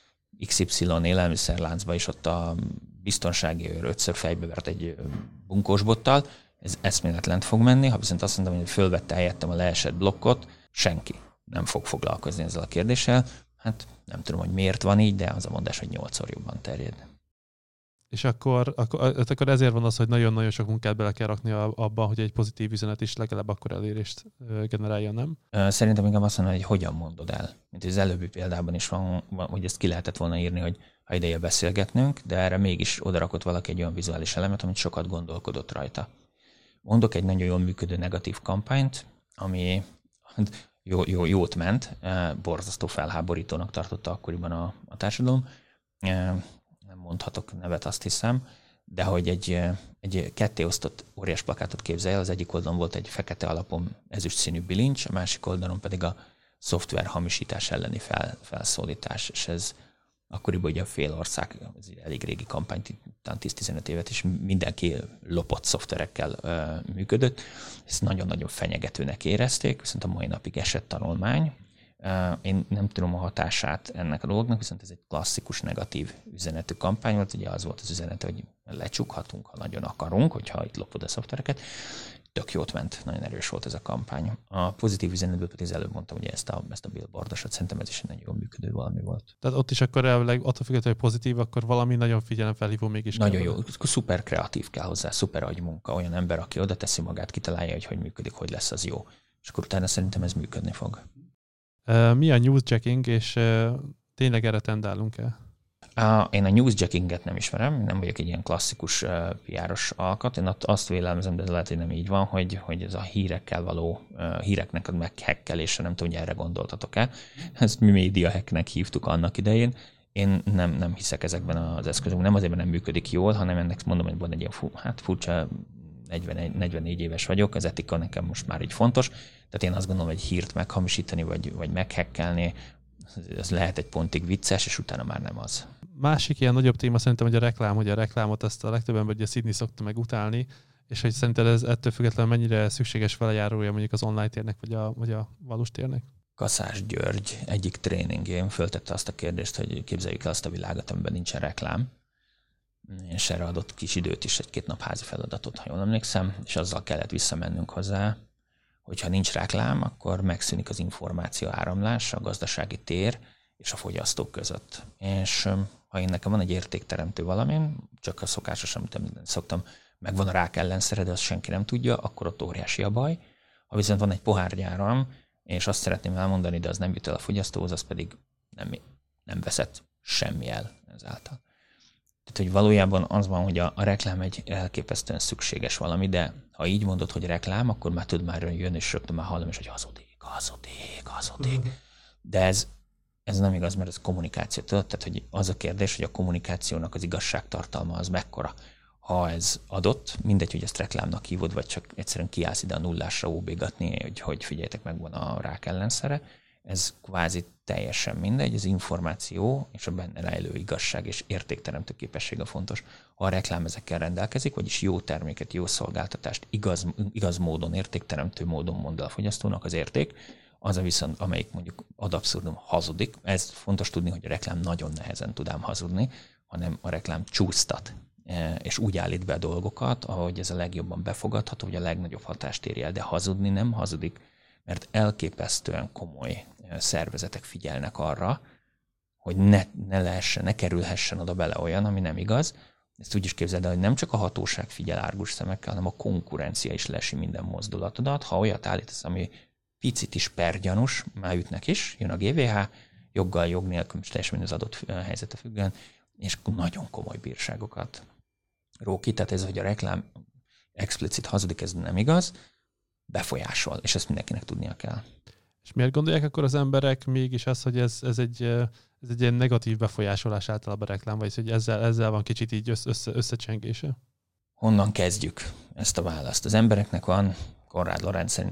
XY élelmiszerláncba, és ott a biztonsági őr 5-ször fejbevert egy bunkósbottal, ez eszméletlent fog menni. Ha viszont azt mondom, hogy fölvette helyettem a leesett blokkot, senki nem fog foglalkozni ezzel a kérdéssel. Hát nem tudom, hogy miért van így, de az a mondás, hogy 8-szor jobban terjed. És akkor ezért van az, hogy nagyon-nagyon sok munkát bele kell rakni abban, hogy egy pozitív üzenet is legalább akkor elérést generálja, nem? Szerintem inkább azt mondom, hogy hogyan mondod el. Mint az előbbi példában is van, hogy ezt ki lehetett volna írni, hogy ha ideje beszélgetnünk, de erre mégis odarakott valaki egy olyan vizuális elemet, amit sokat gondolkodott rajta. Mondok egy nagyon jól működő negatív kampányt, ami jót ment, borzasztó felháborítónak tartotta akkoriban a társadalom. Nem mondhatok nevet, azt hiszem, de hogy egy kettéosztott óriás plakátot képzelj el, az egyik oldalon volt egy fekete alapon ezüst színű bilincs, a másik oldalon pedig a szoftver hamisítás elleni felszólítás, és ez akkoriban ugye a fél ország, ez elég régi kampány, talán 10-15 évet, és mindenki lopott szoftverekkel működött. Ezt nagyon-nagyon fenyegetőnek érezték, viszont a mai napig esett tanulmány. Én nem tudom a hatását ennek a dolognak, viszont ez egy klasszikus negatív üzenetű kampány volt. Ugye az volt az üzenet, hogy lecsukhatunk, ha nagyon akarunk, hogyha itt lopod a szoftvereket. Tök jót ment, nagyon erős volt ez a kampány. A pozitív üzenetből pedig az előbb mondtam, ugye ezt a billboardosat, szerintem ez is egy nagyon jól működő valami volt. Tehát ott is akkor elvileg, attól függetlenül, hogy pozitív, akkor valami nagyon figyelemfelhívó mégis. Nagyon jó, szuper kreatív kell hozzá, szuper agymunka, olyan ember, aki oda teszi magát, kitalálja, hogy működik, hogy lesz az jó. És akkor utána szerintem ez működni fog. Mi a newsjacking, és tényleg erre tendálunk-e? Én a newsjackinget nem ismerem, nem vagyok egy ilyen klasszikus PR-os alkat. Én azt vélelmezem, de lehet, hogy nem így van, hogy ez a hírekkel való, híreknek a meghekkelése, nem tudom, hogy erre gondoltatok-e. Ezt mi média hacknek hívtuk annak idején. Én nem hiszek ezekben az eszközökben, nem azért, mert nem működik jól, hanem ennek mondom, hogy van egy ilyen furcsa 44 éves vagyok, az etika nekem most már így fontos. Tehát én azt gondolom, hogy hírt meghamisítani, vagy meghekkelni, ez lehet egy pontig vicces, és utána már nem az. Másik ilyen nagyobb téma szerintem, hogy a reklámot azt a legtöbb ember ugye Sydney szokta meg utálni, és hogy szerinted ez ettől függetlenül mennyire szükséges velejárója mondjuk az online térnek, vagy a valós térnek? Kaszás György egyik tréningén föltette azt a kérdést, hogy képzeljük el azt a világot, amiben nincsen reklám, és erre adott kis időt is, 1-2 nap házi feladatot, ha jól emlékszem, és azzal kellett visszamennünk hozzá, hogyha nincs reklám, akkor megszűnik az információ áramlás, a gazdasági tér és a fogyasztók között. És ha én nekem van egy értékteremtő valamim, csak a szokásos, amit szoktam, megvan a rák ellenszere, de azt senki nem tudja, akkor ott óriási a baj. Ha viszont van egy pohárgyáram, és azt szeretném elmondani, de az nem jut el a fogyasztóhoz, az pedig nem veszett semmi el ezáltal. Tehát, hogy valójában az van, hogy a reklám egy elképesztően szükséges valami, de ha így mondod, hogy reklám, akkor már tud már jönni, és rögtön már hallom is, hogy hazudik. De ez nem igaz, mert ez kommunikáció. Tudod? Tehát, hogy az a kérdés, hogy a kommunikációnak az igazságtartalma az mekkora. Ha ez adott, mindegy, hogy ezt reklámnak hívod, vagy csak egyszerűen kiállsz ide a nullásra óbégatni, hogy figyeljetek, megvan a rák ellenszere, ez kvázi teljesen mindegy, az információ és a benne rejlő igazság és értékteremtő képessége fontos. Ha a reklám ezekkel rendelkezik, vagyis jó terméket, jó szolgáltatást, igaz módon, értékteremtő módon mond el a fogyasztónak az érték, az a viszont, amelyik mondjuk ad abszurdum hazudik. Ez fontos tudni, hogy a reklám nagyon nehezen tud ám hazudni, hanem a reklám csúsztat, és úgy állít be a dolgokat, ahogy ez a legjobban befogadható, hogy a legnagyobb hatást érje el, de hazudni nem hazudik, mert elképesztően komoly szervezetek figyelnek arra, hogy ne kerülhessen oda bele olyan, ami nem igaz. Ezt úgy is képzeld el, hogy nem csak a hatóság figyel árgus szemekkel, hanem a konkurencia is lesi minden mozdulatodat. Ha olyat állítasz, ami picit is pergyanús, már ütnek is, jön a GVH, joggal, jog nélkül, és teljesen az adott helyzete függően, és nagyon komoly bírságokat ró ki. Tehát ez, hogy a reklám explicit hazudik, ez nem igaz, befolyásol, és ezt mindenkinek tudnia kell. És miért gondolják akkor az emberek mégis azt, hogy ez egy ilyen negatív befolyásolás általában a reklám, vagy hogy ezzel van kicsit így összecsengése? Honnan kezdjük ezt a választ? Az embereknek van Konrád Lorenz szerint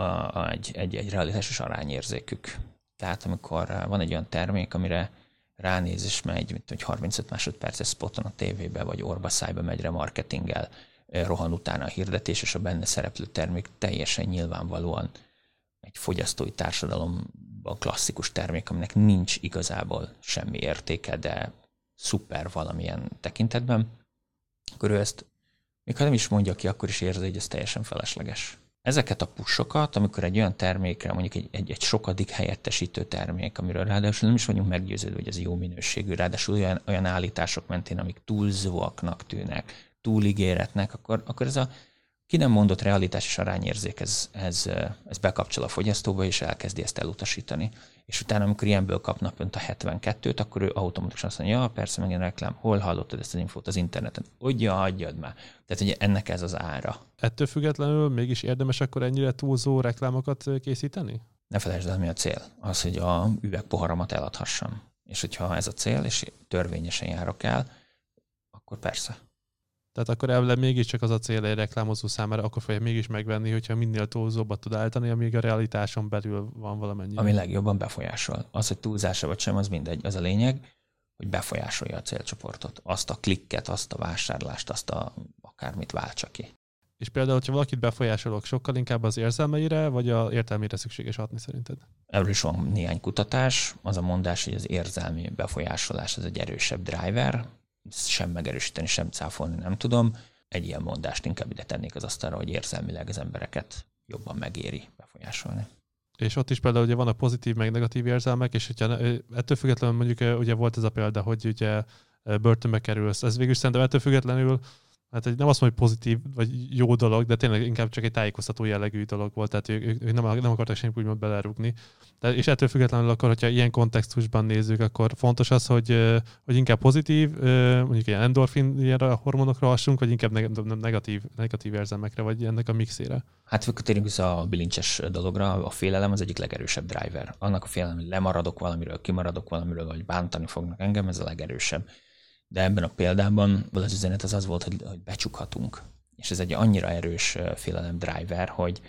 egy realitásos arányérzékük. Tehát amikor van egy olyan termék, amire ránéz és megy, mint hogy 35 másodperces spoton a tévébe, vagy orbaszájba megy marketinggel, rohan utána a hirdetés, és a benne szereplő termék teljesen nyilvánvalóan egy fogyasztói társadalomban klasszikus termék, aminek nincs igazából semmi értéke, de szuper valamilyen tekintetben, akkor ő ezt, még ha nem is mondja ki, akkor is érzi, hogy ez teljesen felesleges. Ezeket a pushokat, amikor egy olyan termékre, mondjuk egy sokadik helyettesítő termék, amiről ráadásul nem is vagyunk meggyőződve, hogy ez jó minőségű, ráadásul olyan állítások mentén, amik túlzóaknak tűnnek, túligéretnek, akkor ez a ki nem mondott realitás és arányérzék, ez bekapcsol a fogyasztóba, és elkezdi ezt elutasítani. És utána, amikor ilyenből kap naponta 72-t, akkor ő automatikusan azt mondja, ja, persze, megint reklám, hol hallottad ezt az infót az interneten? Ugye, hagyjad már. Tehát ugye ennek ez az ára. Ettől függetlenül mégis érdemes akkor ennyire túlzó reklámokat készíteni? Ne felejtsd el, mi a cél. Az, hogy a üvegpoharamat eladhassam. És hogyha ez a cél, és törvényesen járok el, akkor persze. Tehát akkor elvileg mégiscsak az a cél egy reklámozó számára, akkor fogja mégis megvenni, hogyha minél túlzóbbat tud állítani, amíg a realitáson belül van valamennyi. Ami legjobban befolyásol. Az, hogy túlzása vagy sem, az mindegy. Az a lényeg, hogy befolyásolja a célcsoportot. Azt a klikket, azt a vásárlást, azt a akármit váltsa ki. És például, hogyha valakit befolyásolok, sokkal inkább az érzelmeire, vagy az értelmére szükséges hatni szerinted? Erről is van néhány kutatás. Az a mondás, hogy az érzelmi befolyásolás az egy erősebb driver, sem megerősíteni, sem cáfolni nem tudom. Egy ilyen mondást inkább ide tennék az asztalra, hogy érzelmileg az embereket jobban megéri befolyásolni. És ott is például ugye vannak pozitív, meg negatív érzelmek, és hogyha ettől függetlenül mondjuk ugye volt ez a példa, hogy ugye börtönbe kerülsz. Ez végül szerintem ettől függetlenül, hát nem azt mondom, hogy pozitív vagy jó dolog, de tényleg inkább csak egy tájékoztató jellegű dolog volt, tehát ők nem akartak semmit úgymond belerúgni. És ettől függetlenül akkor, hogyha ilyen kontextusban nézzük, akkor fontos az, hogy inkább pozitív, mondjuk ilyen endorfin hormonokra hassunk, vagy inkább negatív érzelmekre, vagy ennek a mixére. Hát akkor térjünk vissza a bilincses dologra, a félelem az egyik legerősebb driver. Annak a félelem, hogy lemaradok valamiről, kimaradok valamiről, vagy bántani fognak engem, ez a legerősebb. De ebben a példában az üzenet az volt, hogy becsukhatunk. És ez egy annyira erős félelem driver, hogy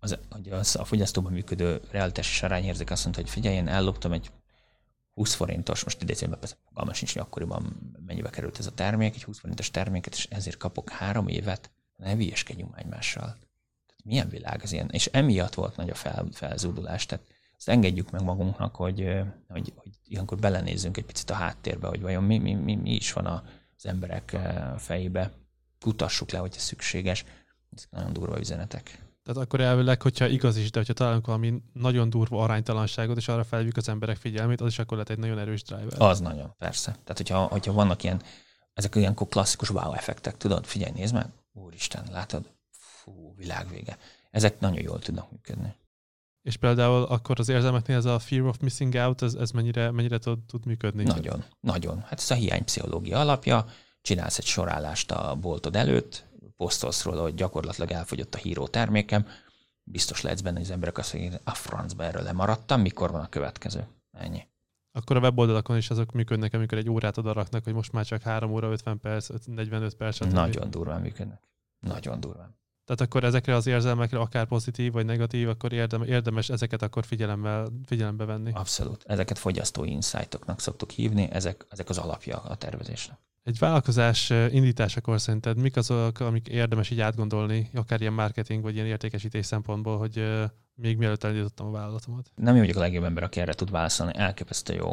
a fogyasztóban működő realitás és arányérzék azt mondta, hogy figyelj, én elloptam egy 20 forintos, most idézőben persze fogalmas sincs, hogy akkoriban mennyibe került ez a termék, egy 20 forintos terméket, és ezért kapok 3 évet, ne hülyeskedjünk egymással. Tehát milyen világ ez ilyen? És emiatt volt nagy a felzúdulás. Tehát azt engedjük meg magunknak, hogy ilyenkor belenézzünk egy picit a háttérbe, hogy vajon mi is van az emberek fejébe. Kutassuk le, hogyha szükséges. Ezek nagyon durva üzenetek. Tehát akkor elvileg, hogyha igaz is, de hogyha találunk valami nagyon durva aránytalanságot, és arra felhívjuk az emberek figyelmét, az is akkor lehet egy nagyon erős driver. Az nagyon, persze. Tehát, hogyha vannak ezek ilyenkor klasszikus wow effektek, tudod, figyelj, nézd meg, úristen, látod, világvége. Ezek nagyon jól tudnak működni. És például akkor az érzelmeknél ez a fear of missing out, ez mennyire tud működni? Nagyon, nagyon. Hát ez a hiánypszichológia alapja. Csinálsz egy sorállást a boltod előtt, posztolsz róla, hogy gyakorlatilag elfogyott a híró termékem, biztos lehetsz benne, hogy az emberek azt mondják, a francba erről lemaradtam, mikor van a következő. Ennyi. Akkor a weboldalakon is azok működnek, amikor egy órát odaraknak, hogy most már csak 3 óra, 50 perc, 45 perc. Nagyon durván működnek. Nagyon durván. Tehát akkor ezekre az érzelmekre, akár pozitív vagy negatív, akkor érdemes ezeket akkor figyelembe venni. Abszolút. Ezeket fogyasztói insightoknak szoktuk hívni, ezek az alapja a tervezésnek. Egy vállalkozás indításakor szerinted mik azok, amik érdemes így átgondolni, akár ilyen marketing vagy ilyen értékesítés szempontból, hogy még mielőtt elindítottam a vállalatomat? Nem én vagyok a legjobb ember, aki erre tud válaszolni. Elképesztő jó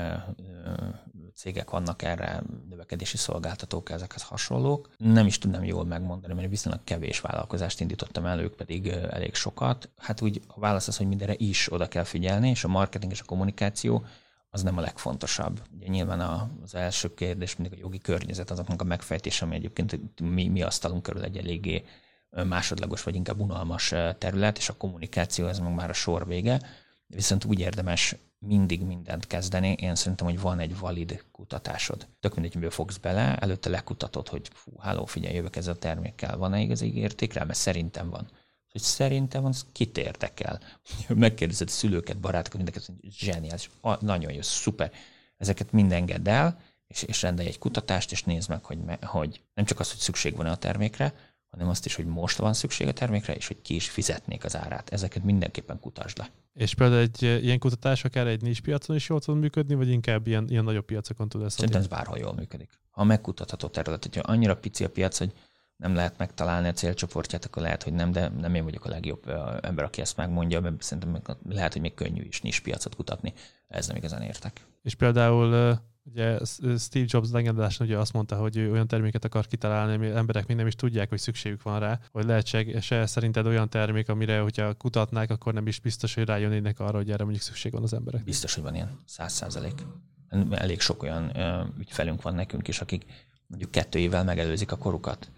cégek vannak erre, növekedési szolgáltatók, ezekhez hasonlók. Nem is tudnám jól megmondani, mert viszonylag kevés vállalkozást indítottam el, ők pedig elég sokat. Hát úgy a válasz az, hogy mindenre is oda kell figyelni, és a marketing és a kommunikáció az nem a legfontosabb. Ugye nyilván az első kérdés mindig a jogi környezet, azoknak a megfejtése, ami egyébként mi asztalunk körül egy eléggé másodlagos, vagy inkább unalmas terület, és a kommunikáció, ez meg már a sor vége. Viszont úgy érdemes mindig mindent kezdeni. Én szerintem, hogy van egy valid kutatásod. Tök mindegy, miből fogsz bele, előtte lekutatod, hogy figyelj, jövök ezzel a termékkel, van-e igazi érték rá, mert szerintem van. Hogy szerintem van, az kit érdekel. Megkérdezed szülőket, barátokat, mindenket, zseniális, nagyon jó, szuper. Ezeket mind engedd el, és rendelj egy kutatást, és nézd meg, hogy nem csak az, hogy szükség van a termékre, hanem azt is, hogy most van szükség a termékre, és hogy ki is fizetnék az árát. Ezeket mindenképpen kutasd le. És például egy ilyen kutatás akár egy niche piacon is jól tud működni, vagy inkább ilyen nagyobb piacokon tud ezt? Szerintem ez bárhol jól működik. Ha megkutatható terület, hogyha annyira pici a piac, hogy nem lehet megtalálni a célcsoportját, akkor lehet, hogy nem, de nem én vagyok a legjobb ember, aki ezt megmondja, mert szerintem lehet, hogy még könnyű is niche piacot kutatni. Ez nem igazán értek. És például ugye Steve Jobs legendásan ugye azt mondta, hogy ő olyan terméket akar kitalálni, ami emberek még nem is tudják, hogy szükségük van rá, hogy lehetséges szerinted olyan termék, amire, hogyha kutatnák, akkor nem is biztos, hogy rájönnének arra, hogy erre mondjuk szükség van az emberek. Biztos, hogy van ilyen 100%. Elég sok olyan ügyfelünk van nekünk is, akik mondjuk 2 évvel megelőzik a korukat.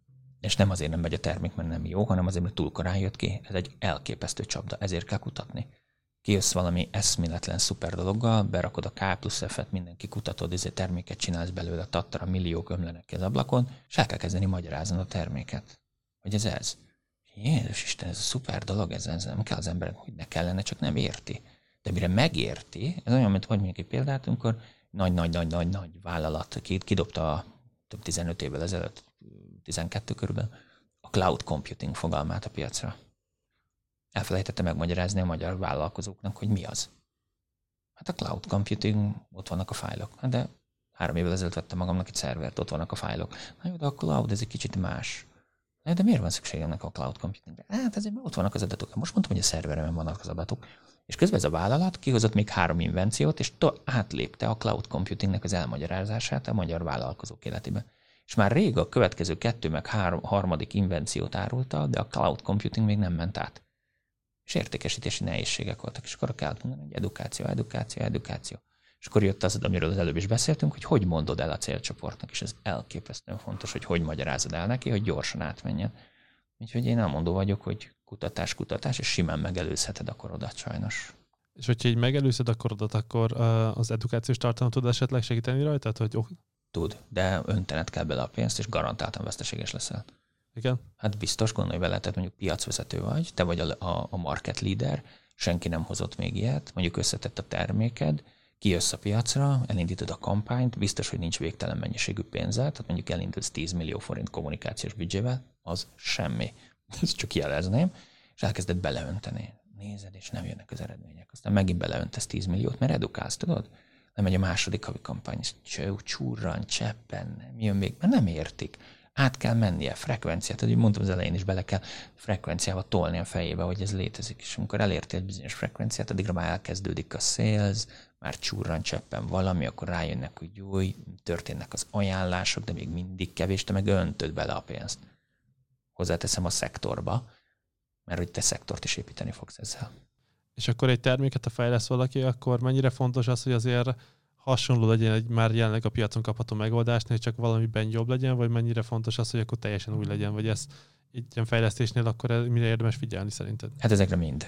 És nem azért nem megy a termék, mert nem jó, hanem azért, mert túl korán jött ki. Ez egy elképesztő csapda, ezért kell kutatni. Kijössz valami eszméletlen szuper dologgal, berakod a K plusz F-et, mindenki kutatod, ezért terméket csinálsz belőle, tattara, milliók ömlenek ki az ablakon, és el kell kezdeni magyarázni a terméket. Hogy ez. Jézus Isten, ez a szuper dolog, ez nem kell az emberek, hogy ne kellene, csak nem érti. De mire megérti, ez olyan, mint hogy mondjuk egy példát, amikor nagy vállalat kidobta több 15 évvel ezelőtt, 12 körülbelül, a cloud computing fogalmát a piacra. Elfelejtette megmagyarázni a magyar vállalkozóknak, hogy mi az. Hát a cloud computing, ott vannak a fájlok. Hát de 3 évvel ezelőtt vettem magamnak egy szervert, ott vannak a fájlok. Na jó, de a cloud, ez egy kicsit más. De miért van szükségemnek a cloud computingre? Hát ezért ott vannak az adatok. Most mondtam, hogy a szerveremen vannak az adatok. És közben ez a vállalat kihozott még 3 invenciót, és átlépte a cloud computingnek az elmagyarázását a magyar vállalkozók életében. És már rég a következő 2 meg 3. invenciót árulta, de a cloud computing még nem ment át. És értékesítési nehézségek voltak, és akkor kellett mondani, hogy edukáció. És akkor jött az, amiről az előbb is beszéltünk, hogy mondod el a célcsoportnak, és ez elképesztően fontos, hogy magyarázod el neki, hogy gyorsan átmenjen. Úgyhogy én elmondó vagyok, hogy kutatás, és simán megelőzheted a korodat sajnos. És hogyha így megelőzed a korodat, akkor az edukációs tartalom tud esetleg segíteni rajta? Tud, de öntened kell bele a pénzt, és garantáltan veszteséges leszel. Igen? Hát biztos, gondolj bele, tehát mondjuk piacvezető vagy, te vagy a market leader, senki nem hozott még ilyet, mondjuk összetett a terméked, kijössz a piacra, elindítod a kampányt, biztos, hogy nincs végtelen mennyiségű pénzzel, tehát mondjuk elindulsz 10 millió forint kommunikációs büdzsével, az semmi. Ezt csak jelezném, és elkezded beleönteni. Nézed, és nem jönnek az eredmények. Aztán megint beleöntesz 10 milliót, mert edukálsz, tudod? Nem megy a második havi kampány, és csúrran, cseppen, nem jön még, mert nem értik. Át kell mennie, frekvenciát, hogy mondtam az elején is, bele kell frekvenciával tolni a fejébe, hogy ez létezik. És amikor elértél egy bizonyos frekvenciát, addigra már elkezdődik a sales, már csúrran, cseppen valami, akkor rájönnek, hogy jó, történnek az ajánlások, de még mindig kevés, te meg öntöd bele a pénzt. Hozzáteszem a szektorba, mert hogy te szektort is építeni fogsz ezzel. És akkor egy terméket, ha fejlesz valaki, akkor mennyire fontos az, hogy azért hasonló legyen egy már jelenleg a piacon kapható megoldásnál, csak valamiben jobb legyen, vagy mennyire fontos az, hogy akkor teljesen új legyen, vagy ez egy ilyen fejlesztésnél akkor mire érdemes figyelni szerinted? Hát ezekre mind.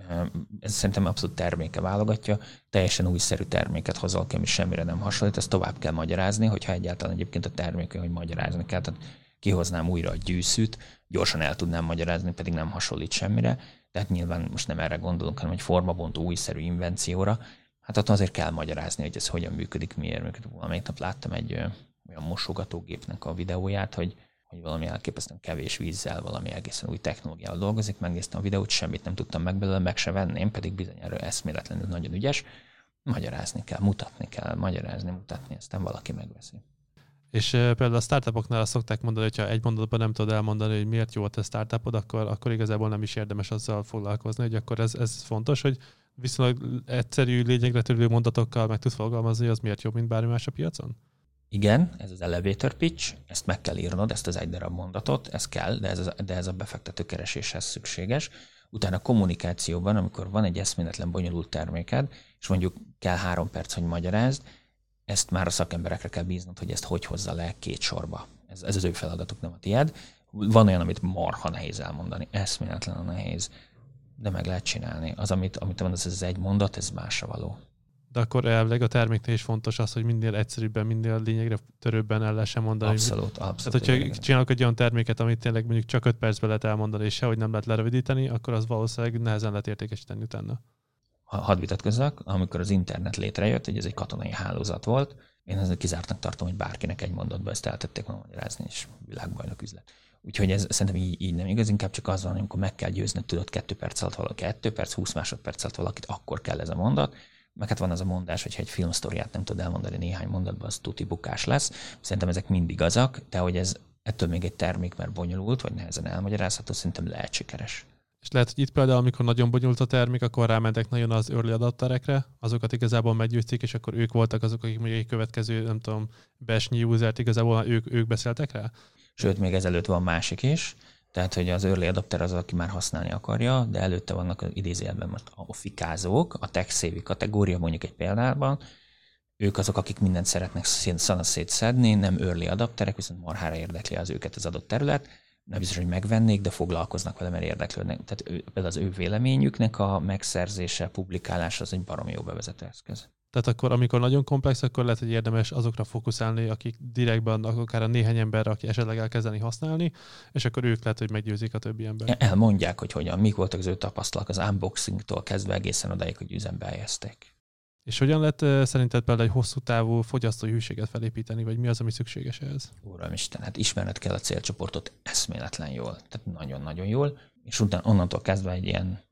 Ez szerintem abszolút terméke válogatja, teljesen újszerű terméket hozol ki, ami semmire nem hasonlít, ezt tovább kell magyarázni, hogyha egyáltalán egyébként a termékön, hogy magyarázni kell. Tehát kihoznám újra a gyűszűt, gyorsan el tudnám magyarázni, pedig nem hasonlít semmire. Tehát nyilván most nem erre gondolunk, hanem egy formabontó újszerű invencióra. Hát ott azért kell magyarázni, hogy ez hogyan működik, miért működik. Valamelyik nap láttam egy olyan mosogatógépnek a videóját, hogy valami elképesztően kevés vízzel, valami egészen új technológiával dolgozik. Megnéztem a videót, semmit nem tudtam meg belőle, meg se venném, pedig bizonyára eszméletlenül nagyon ügyes. Magyarázni kell, mutatni kell, magyarázni, mutatni, aztán valaki megveszi. És például a startupoknál azt szokták mondani, hogy ha egy mondatban nem tudod elmondani, hogy miért jó a te startupod, akkor igazából nem is érdemes azzal foglalkozni, hogy akkor ez fontos, hogy viszonylag egyszerű, lényegre törő mondatokkal meg tudsz fogalmazni, hogy az miért jobb, mint bármi más a piacon? Igen, ez az elevator pitch, ezt meg kell írnod, ezt az egy darab mondatot, ez kell, de ez a befektető kereséshez szükséges. Utána a kommunikációban, amikor van egy eszméletlen bonyolult terméked, és mondjuk kell 3 perc, hogy magyarázd, ezt már a szakemberekre kell bíznod, hogy ezt hogy hozza le 2 sorba. Ez az ő feladatuk, nem a tiéd. Van olyan, amit marha nehéz elmondani, eszméletlen nehéz, de meg lehet csinálni. Az, amit te mondasz, ez egy mondat, ez másra való. De akkor elvileg a terméknél is fontos az, hogy minél egyszerűbben, minél lényegre törőbben el lehessen mondani. Abszolút. Tehát, hogyha csinálok egy olyan terméket, amit tényleg mondjuk csak 5 percben lehet elmondani, és sehogy nem lehet lerövidíteni, akkor az valószínűleg nehezen lehet értékesíteni utána. Hadd vitatkozzak, amikor az internet létrejött, hogy ez egy katonai hálózat volt, én ezzel kizártnak tartom, hogy bárkinek egy mondatba ezt eltették volna magyarázni, és világbajnok üzlet. Úgyhogy ez szerintem így nem igaz, inkább csak az van, amikor meg kell győzned, tudod 2 perc alatt valaki, 2 perc, 20 másodperc alatt valakit, akkor kell ez a mondat. Meg hát van az a mondás, hogy ha egy filmsztoriát nem tud elmondani néhány mondatban, az tuti bukás lesz. Szerintem ezek mind igazak, de hogy ez ettől még egy termék, mert bonyolult, vagy nehezen elmagyarázható, szerintem lehet sikeres. És lehet, hogy itt például, amikor nagyon bonyolult a termék, akkor rámentek nagyon az early adapterekre, azokat igazából meggyőzték, és akkor ők voltak azok, akik még egy következő, nem tudom, besnyi usert igazából ők beszéltek rá? Sőt, még ezelőtt van másik is, tehát, hogy az early adapter az, aki már használni akarja, de előtte vannak az idézőjelben most a fikázók, a tech-savvy kategória mondjuk egy példában, ők azok, akik mindent szeretnek szanaszét szedni, nem early adapterek, viszont marhára érdekli az őket az adott terület, nem biztos, hogy megvennék, de foglalkoznak vele, mert érdeklődnek. Tehát például az ő véleményüknek a megszerzése, publikálása az egy baromi jó bevezető eszköz. Tehát akkor, amikor nagyon komplex, akkor lehet, hogy érdemes azokra fókuszálni, akik direktben, akár a néhány emberre, aki esetleg elkezdeni használni, és akkor ők lehet, hogy meggyőzik a többi embert. Elmondják, hogy hogyan, mik voltak az ő tapasztalatok az unboxingtól kezdve egészen odáig, hogy üzembe helyezték. És hogyan lehet szerinted például egy hosszú távú fogyasztói hűséget felépíteni, vagy mi az, ami szükséges ehhez? Uramisten, hát ismerned kell a célcsoportot eszméletlen jól, tehát nagyon-nagyon jól, és onnantól kezdve egy ilyen,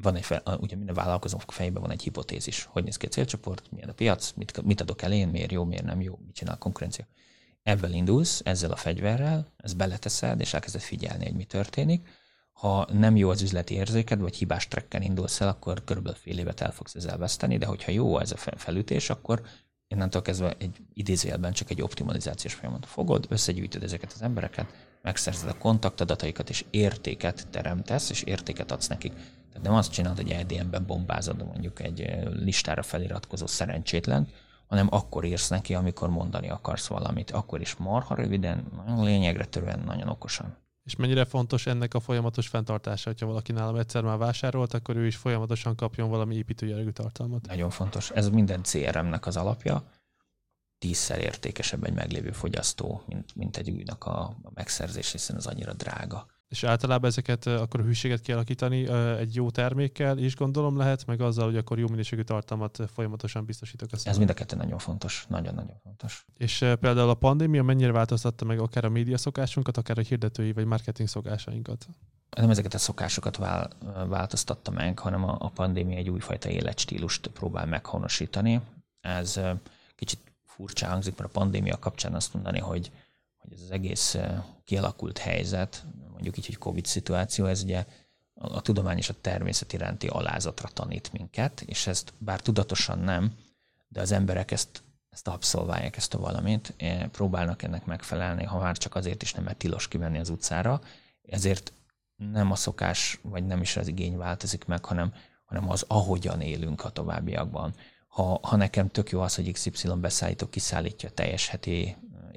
ugye minden vállalkozók fejében van egy hipotézis, hogy néz ki a célcsoport, milyen a piac, mit adok el én, miért jó, miért nem jó, mit csinál a konkurencia. Ebből indulsz, ezzel a fegyverrel, ezt beleteszed, és elkezded figyelni, hogy mi történik. Ha nem jó az üzleti érzéked, vagy hibás trekken indulsz el, akkor körülbelül fél évet el fogsz ezzel veszteni, de hogyha jó ez a felütés, akkor innentől kezdve egy idézőjelben csak egy optimalizációs folyamat fogod, összegyűjtöd ezeket az embereket, megszerzed a kontaktadataikat, és értéket teremtesz, és értéket adsz nekik. Tehát nem azt csinálod, hogy EDM-ben bombázod mondjuk egy listára feliratkozó szerencsétlen, hanem akkor írsz neki, amikor mondani akarsz valamit. Akkor is marha röviden, nagyon lényegre törően, nagyon okosan. És mennyire fontos ennek a folyamatos fenntartása, hogyha valaki nálam egyszer már vásárolt, akkor ő is folyamatosan kapjon valami építőjellegű tartalmat? Nagyon fontos. Ez minden CRM-nek az alapja. 10-szer értékesebb egy meglévő fogyasztó, mint egy újnak a megszerzés, hiszen az annyira drága. És általában ezeket akkor a hűséget kialakítani egy jó termékkel is gondolom lehet, meg azzal, hogy akkor jó minőségű tartalmat folyamatosan biztosítok. Ez mind a kettő nagyon fontos, nagyon-nagyon fontos. És például a pandémia mennyire változtatta meg akár a média szokásunkat, akár a hirdetői vagy marketing szokásainkat? Nem ezeket a szokásokat változtatta meg, hanem a pandémia egy újfajta életstílust próbál meghonosítani. Ez kicsit furcsa hangzik, mert a pandémia kapcsán azt mondani, hogy ez az egész kialakult helyzet, mondjuk így, hogy Covid szituáció, ez ugye a tudomány és a természet iránti alázatra tanít minket, és ezt bár tudatosan nem, de az emberek ezt abszolválják, ezt a valamit, próbálnak ennek megfelelni, ha már csak azért is nem, mert tilos kimenni az utcára, ezért nem a szokás, vagy nem is az igény változik meg, hanem az, ahogyan élünk a továbbiakban. Ha nekem tök jó az, hogy XY beszállító kiszállítja teljes heti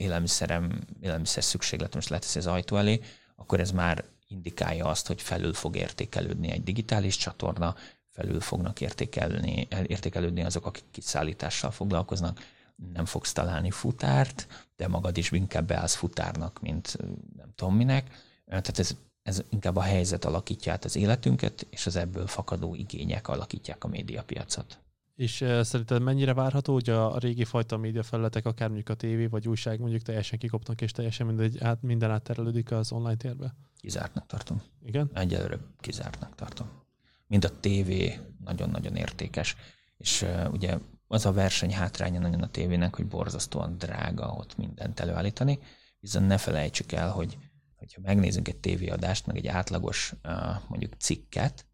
élelmiszer szükségletem, és leteszi az ajtó elé, akkor ez már indikálja azt, hogy felül fog értékelődni egy digitális csatorna, felül fognak értékelődni azok, akik kiszállítással foglalkoznak. Nem fogsz találni futárt, de magad is inkább beállsz futárnak, mint nem tudom minek. Tehát ez inkább a helyzet alakítja át az életünket, és az ebből fakadó igények alakítják a médiapiacot. És szerinted mennyire várható, hogy a régi fajta médiafelületek, akár mondjuk a tévé vagy újság mondjuk teljesen kikopnak, és teljesen minden átterelődik az online térbe? Kizártnak tartom. Igen? Egyelőre kizártnak tartom. Mind a tévé nagyon-nagyon értékes, és ugye az a verseny hátránya nagyon a tévének, hogy borzasztóan drága ott mindent előállítani, viszont ne felejtsük el, hogy ha megnézzünk egy tévéadást, meg egy átlagos mondjuk cikket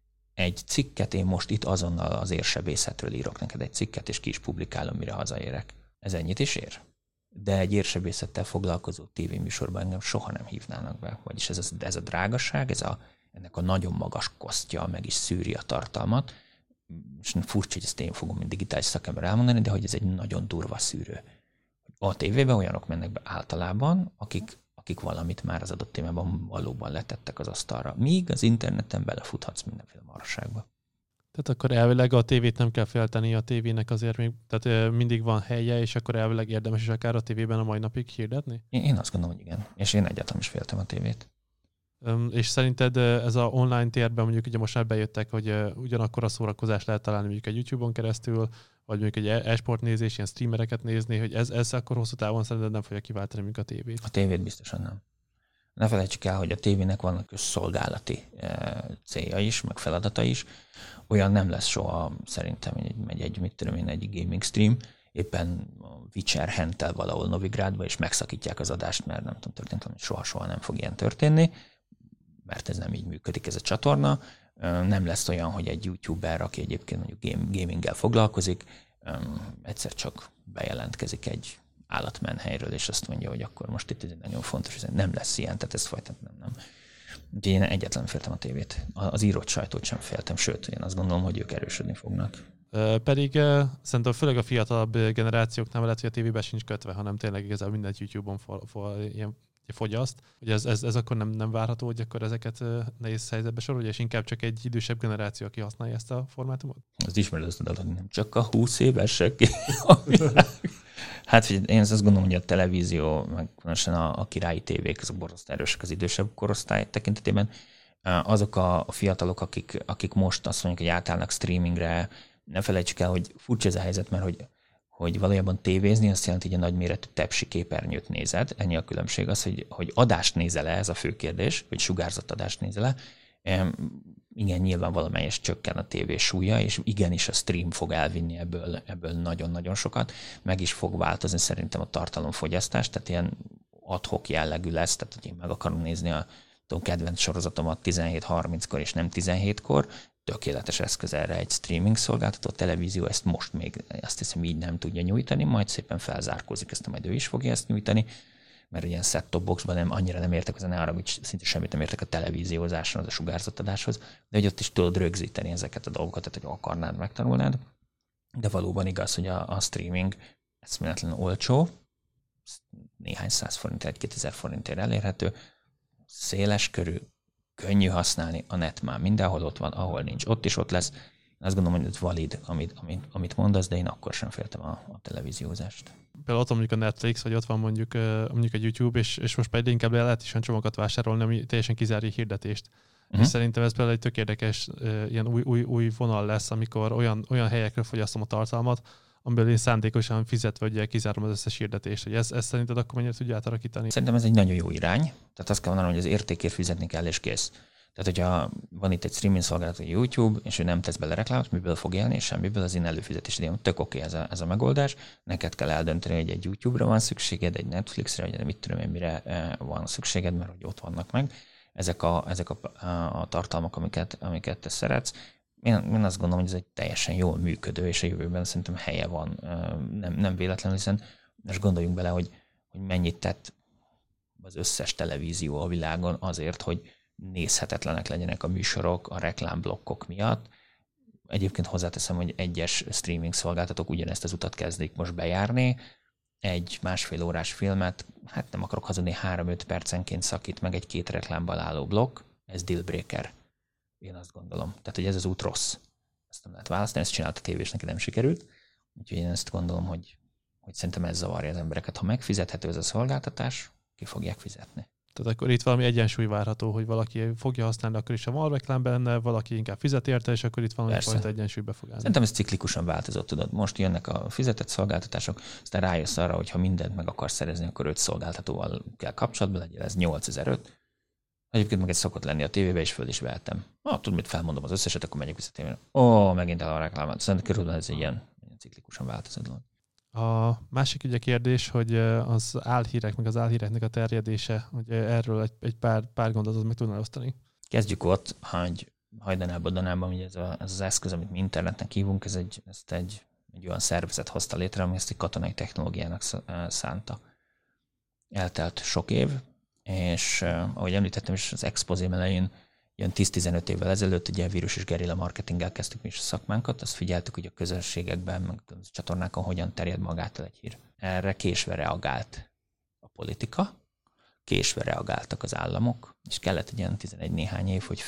én most itt azonnal az érsebészetről írok neked egy cikket, és ki is publikálom, mire hazaérek. Ez ennyit is ér? De egy érsebészettel foglalkozó tévéműsorban engem soha nem hívnának be. Vagyis ez a drágaság, ennek a nagyon magas kosztja meg is szűri a tartalmat, és furcsa, hogy ezt én fogom, mint digitális szakember elmondani, de hogy ez egy nagyon durva szűrő. A tévében olyanok mennek be általában, akik valamit már az adott témában valóban letettek az asztalra. Míg az interneten belefuthatsz mindenféle marhaságba. Tehát akkor elvileg a tévét nem kell félteni, a tévének azért még, tehát mindig van helye, és akkor elvileg érdemes is akár a tévében a mai napig hirdetni? Én azt gondolom, hogy igen. És én egyáltalán is féltem a tévét. És szerinted ez a online térben mondjuk ugye most már bejöttek, hogy ugyanakkor a szórakozást lehet találni mondjuk egy YouTube-on keresztül, vagy mondjuk egy e-sport nézés, ilyen streamereket nézni, hogy ez akkor hosszú távon szerinted nem fogja kiváltani mondjuk a tévét? A tévét biztosan nem. Ne felejtsük el, hogy a tévének vannak közszolgálati célja is, meg feladata is. Olyan nem lesz soha szerintem, hogy megy egy gaming stream, éppen a Witcher hentel valahol Novigrádba, és megszakítják az adást, mert nem tudom, történetlen, hogy soha nem fog ilyen történni, mert ez nem így működik ez a csatorna. Nem lesz olyan, hogy egy youtuber, aki egyébként mondjuk gaminggel foglalkozik, egyszer csak bejelentkezik egy állatmenhelyről, és azt mondja, hogy akkor most itt ez nagyon fontos, hogy nem lesz ilyen, tehát ezt folytatni nem. De én egyetlen féltem a tévét. Az írott sajtót sem féltem, sőt, én azt gondolom, hogy ők erősödni fognak. Pedig szerintem főleg a fiatalabb generációknál lehet, hogy a tévében sincs kötve, hanem tényleg igazából mindent YouTube-on ilyen fogyaszt. Hogy ez akkor nem várható, hogy akkor ezeket nehéz helyzetbe sorolja, és inkább csak egy idősebb generáció, aki használja ezt a formátumot? Az ismered azt a dalot, nem csak a 20 évesek. Hát én azt gondolom, hogy a televízió, meg különösen a királyi tévék, azok borzasztó erősek az idősebb korosztály tekintetében. Azok a fiatalok, akik most azt mondják, hogy átállnak streamingre, ne felejtsük el, hogy furcsa ez a helyzet, mert hogy valójában tévézni azt jelenti, hogy a nagyméretű tepsi képernyőt nézed. Ennyi a különbség az, hogy adást nézel-e, ez a fő kérdés, hogy sugárzott adást nézel-e. Igen, nyilván valamelyes csökken a tévé súlya, és igenis a stream fog elvinni ebből nagyon-nagyon sokat. Meg is fog változni szerintem a tartalomfogyasztás, tehát ilyen ad-hoc jellegű lesz, tehát hogy én meg akarom nézni a kedvenc sorozatomat 17:30-kor és nem 17-kor, tökéletes eszköz erre egy streaming szolgáltató, a televízió ezt most még azt hiszem így nem tudja nyújtani, majd szépen felzárkózik, ezt majd ő is fogja ezt nyújtani, mert ilyen set-top boxban annyira nem értek, az a ne arra, hogy szinte semmit nem értek a televíziózáson, az a sugárzott adáshoz, de hogy ott is tudod rögzíteni ezeket a dolgokat, tehát hogy akarnád, megtanulnád. De valóban igaz, hogy a streaming eszméletlenül olcsó, néhány száz forintért, 2000 forintért elérhető, széles körű, könnyű használni, a net már mindenhol ott van, ahol nincs, ott is ott lesz. Én azt gondolom, hogy ez valid, amit mondasz, de én akkor sem féltem a televíziózást. Például ott van mondjuk a Netflix, vagy ott van mondjuk a YouTube, és most pedig inkább lehet is olyan csomagokat vásárolni, ami teljesen kizárja hirdetést. És szerintem ez például egy tökéletes ilyen új vonal lesz, amikor olyan helyekről fogyasztom a tartalmat, amiből én szándékosan fizetve ugye kizárom az összes hirdetést. Hogy ez szerinted akkor mennyire tudja átalakítani? Szerintem ez egy nagyon jó irány. Tehát azt kell mondanom, hogy az értékért fizetni kell, és kész. Tehát, hogyha van itt egy streaming szolgáltató, egy YouTube, és ő nem tesz bele reklámot, miből fog élni, és semmiből, az én előfizetés idején tök oké ez a megoldás. Neked kell eldönteni, hogy egy YouTube-ra van szükséged, egy Netflixre, vagy mit tudom én, mire van szükséged, mert hogy ott vannak meg. Ezek a tartalmak, amiket te szeretsz. Én azt gondolom, hogy ez egy teljesen jól működő, és a jövőben szerintem helye van. Nem véletlenül, hiszen most gondoljunk bele, hogy mennyit tett az összes televízió a világon azért, hogy nézhetetlenek legyenek a műsorok a reklámblokkok miatt. Egyébként hozzáteszem, hogy egyes streaming szolgáltatók ugyanezt az utat kezdik most bejárni. Egy 1,5 órás filmet, hát nem akarok hazudni, 3-5 percenként szakít meg egy 2 reklámból álló blokk, ez dealbreaker. Én azt gondolom. Tehát, hogy ez az út rossz. ezt nem lehet választani, ezt csinált a tévés, neki nem sikerült. Úgyhogy én ezt gondolom, hogy szerintem ez zavarja az embereket. Ha megfizethető ez a szolgáltatás, ki fogják fizetni. Tehát akkor itt valami egyensúly várható, hogy valaki fogja használni, akkor is van reklám benne, valaki inkább fizet érte, és akkor itt valami fajta egyensúlybe fog állni. Szerintem ez ciklikusan változott, tudod. Most jönnek a fizetett szolgáltatások, aztán rájössz arra, hogy ha mindent meg akarsz szerezni, akkor 5 szolgáltatóval kell kapcsolatban legyen, ez 8005. Egyébként meg ez szokott lenni a tévébe, és föl is vehettem. Tudod, mit felmondom az összeset, akkor megyek vissza a tévére. Megint el a reklámot. Szerintem körülbelül ez egy ilyen ciklikusan változó dolog. A másik ugye kérdés, hogy az álhírek, meg az álhíreknek a terjedése, hogy erről egy pár gondolatot meg tudnál osztani. Kezdjük ott, hogy hajdanában, hogy ez az eszköz, amit mi internetnek hívunk, ezt egy olyan szervezet hozta létre, ami ezt egy katonai technológiának szánta. Eltelt sok év, és ahogy említettem is az expozém elején, ilyen 10-15 évvel ezelőtt ugye vírus és gerilla marketinggel kezdtük mi is a szakmánkat, azt figyeltük, hogy a közösségekben, meg a csatornákon hogyan terjed magától egy hír. Erre késve reagált a politika, késve reagáltak az államok, és kellett egy ilyen 11 néhány év, hogy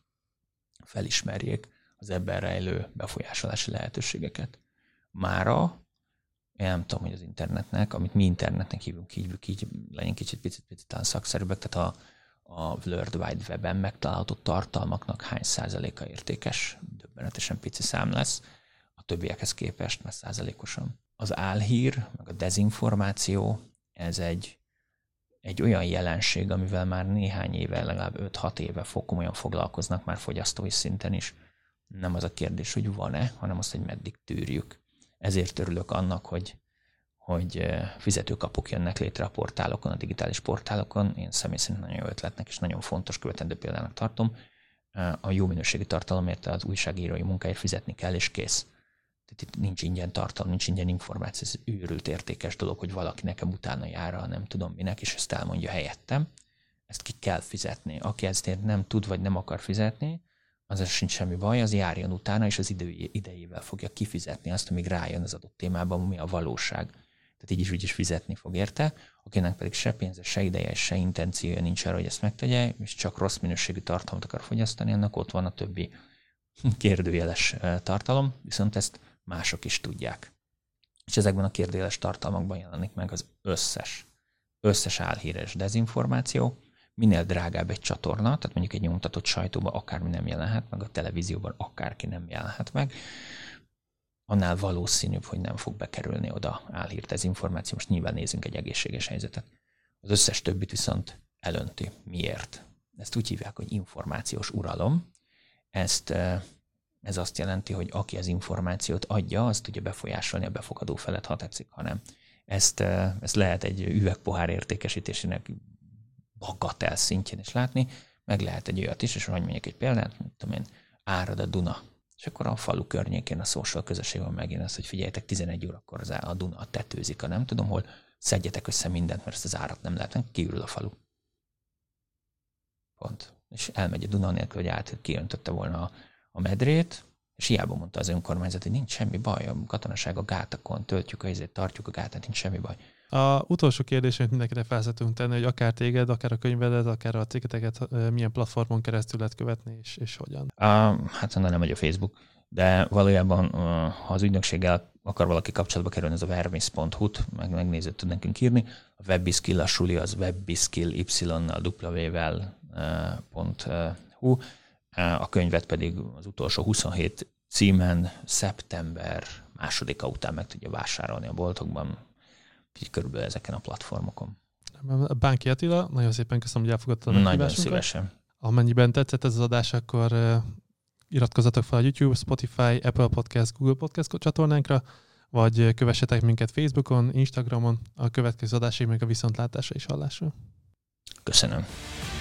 felismerjék az ebben rejlő befolyásolási lehetőségeket. Mára, én nem tudom, hogy az internetnek, amit mi internetnek hívunk, így legyen picit talán szakszerűbbek, tehát a World Wide Web-en megtalálható tartalmaknak hány százaléka értékes, döbbenetesen pici szám lesz, a többiekhez képest, mert százalékosan. Az álhír, meg a dezinformáció, ez egy olyan jelenség, amivel már néhány éve, legalább 5-6 éve komolyan foglalkoznak már fogyasztói szinten is. Nem az a kérdés, hogy van-e, hanem az, hogy meddig tűrjük. Ezért örülök annak, hogy fizetőkapuk jönnek létre a portálokon, a digitális portálokon. Én személy szerint nagyon jó ötletnek és nagyon fontos követendő példának tartom. A jó minőségi tartalomért, az újságírói munkáért fizetni kell, és kész. Tehát itt nincs ingyen tartalom, nincs ingyen információ, ez őrült értékes dolog, hogy valaki nekem utána jár, nem tudom minek, és ezt elmondja helyettem. Ezt ki kell fizetni. Aki ezt nem tud, vagy nem akar fizetni, az sincs semmi baj, az járjon utána, és az idejével fogja kifizetni azt, amíg rájön az adott témában, mi a valóság. Tehát így is úgy is fizetni fog érte, akinek pedig se pénze, se ideje, se intenciója nincs arra, hogy ezt megtegye, és csak rossz minőségű tartalmat akar fogyasztani, annak ott van a többi kérdőjeles tartalom, viszont ezt mások is tudják. És ezekben a kérdőjeles tartalmakban jelenik meg az összes álhíres dezinformáció, minél drágább egy csatorna, tehát mondjuk egy nyomtatott sajtóban akármi nem jelenhet meg, a televízióban akárki nem jelenhet meg, annál valószínűbb, hogy nem fog bekerülni oda álhír dezinformáció. Most nyilván nézzünk egy egészséges helyzetet. Az összes többit viszont elönti. Miért? Ezt úgy hívják, hogy információs uralom. Ez azt jelenti, hogy aki az információt adja, azt tudja befolyásolni a befogadó felet, ha tetszik, ha nem. Ezt lehet egy üvegpohár értékesítésének bagatel szintjén is látni, meg lehet egy olyat is, és hogy mondjuk egy példát, mint tudom én, árad a Duna. És akkor a falu környékén a social közösségben megint az, hogy figyeljetek, 11 órakor a Duna tetőzik, nem tudom hol, szedjetek össze mindent, mert ezt az árat nem lehet, kiürül a falu. Pont. És elmegy a Duna nélkül, hogy kiöntötte volna a medrét, és hiába mondta az önkormányzat, hogy nincs semmi baj, a katonaság a gátakon, tartjuk a gátát, nincs semmi baj. A utolsó kérdés, amit mindenkinek fel szeretünk tenni, hogy akár téged, akár a könyvedet, akár a cikketeket milyen platformon keresztül lehet követni, és hogyan? Hát nem vagy a Facebook, de valójában, ha az ügynökséggel akar valaki kapcsolatba kerülni, ez a vermis.hu-t, megnézőt tud nekünk írni. A Webbiskill, a suli az Webbiskill y-nal w-vel.hu. A könyvet pedig az utolsó 27 címen szeptember 2-a után meg tudja vásárolni a boltokban, így körülbelül ezeken a platformokon. Bánki Attila, nagyon szépen köszönöm, hogy elfogadtad a meghívásunkat. Nagyon szívesen. Amennyiben tetszett ez az adás, akkor iratkozzatok fel a YouTube, Spotify, Apple Podcast, Google Podcast csatornánkra, vagy kövessetek minket Facebookon, Instagramon, a következő adásig még a viszontlátásra és hallásra. Köszönöm.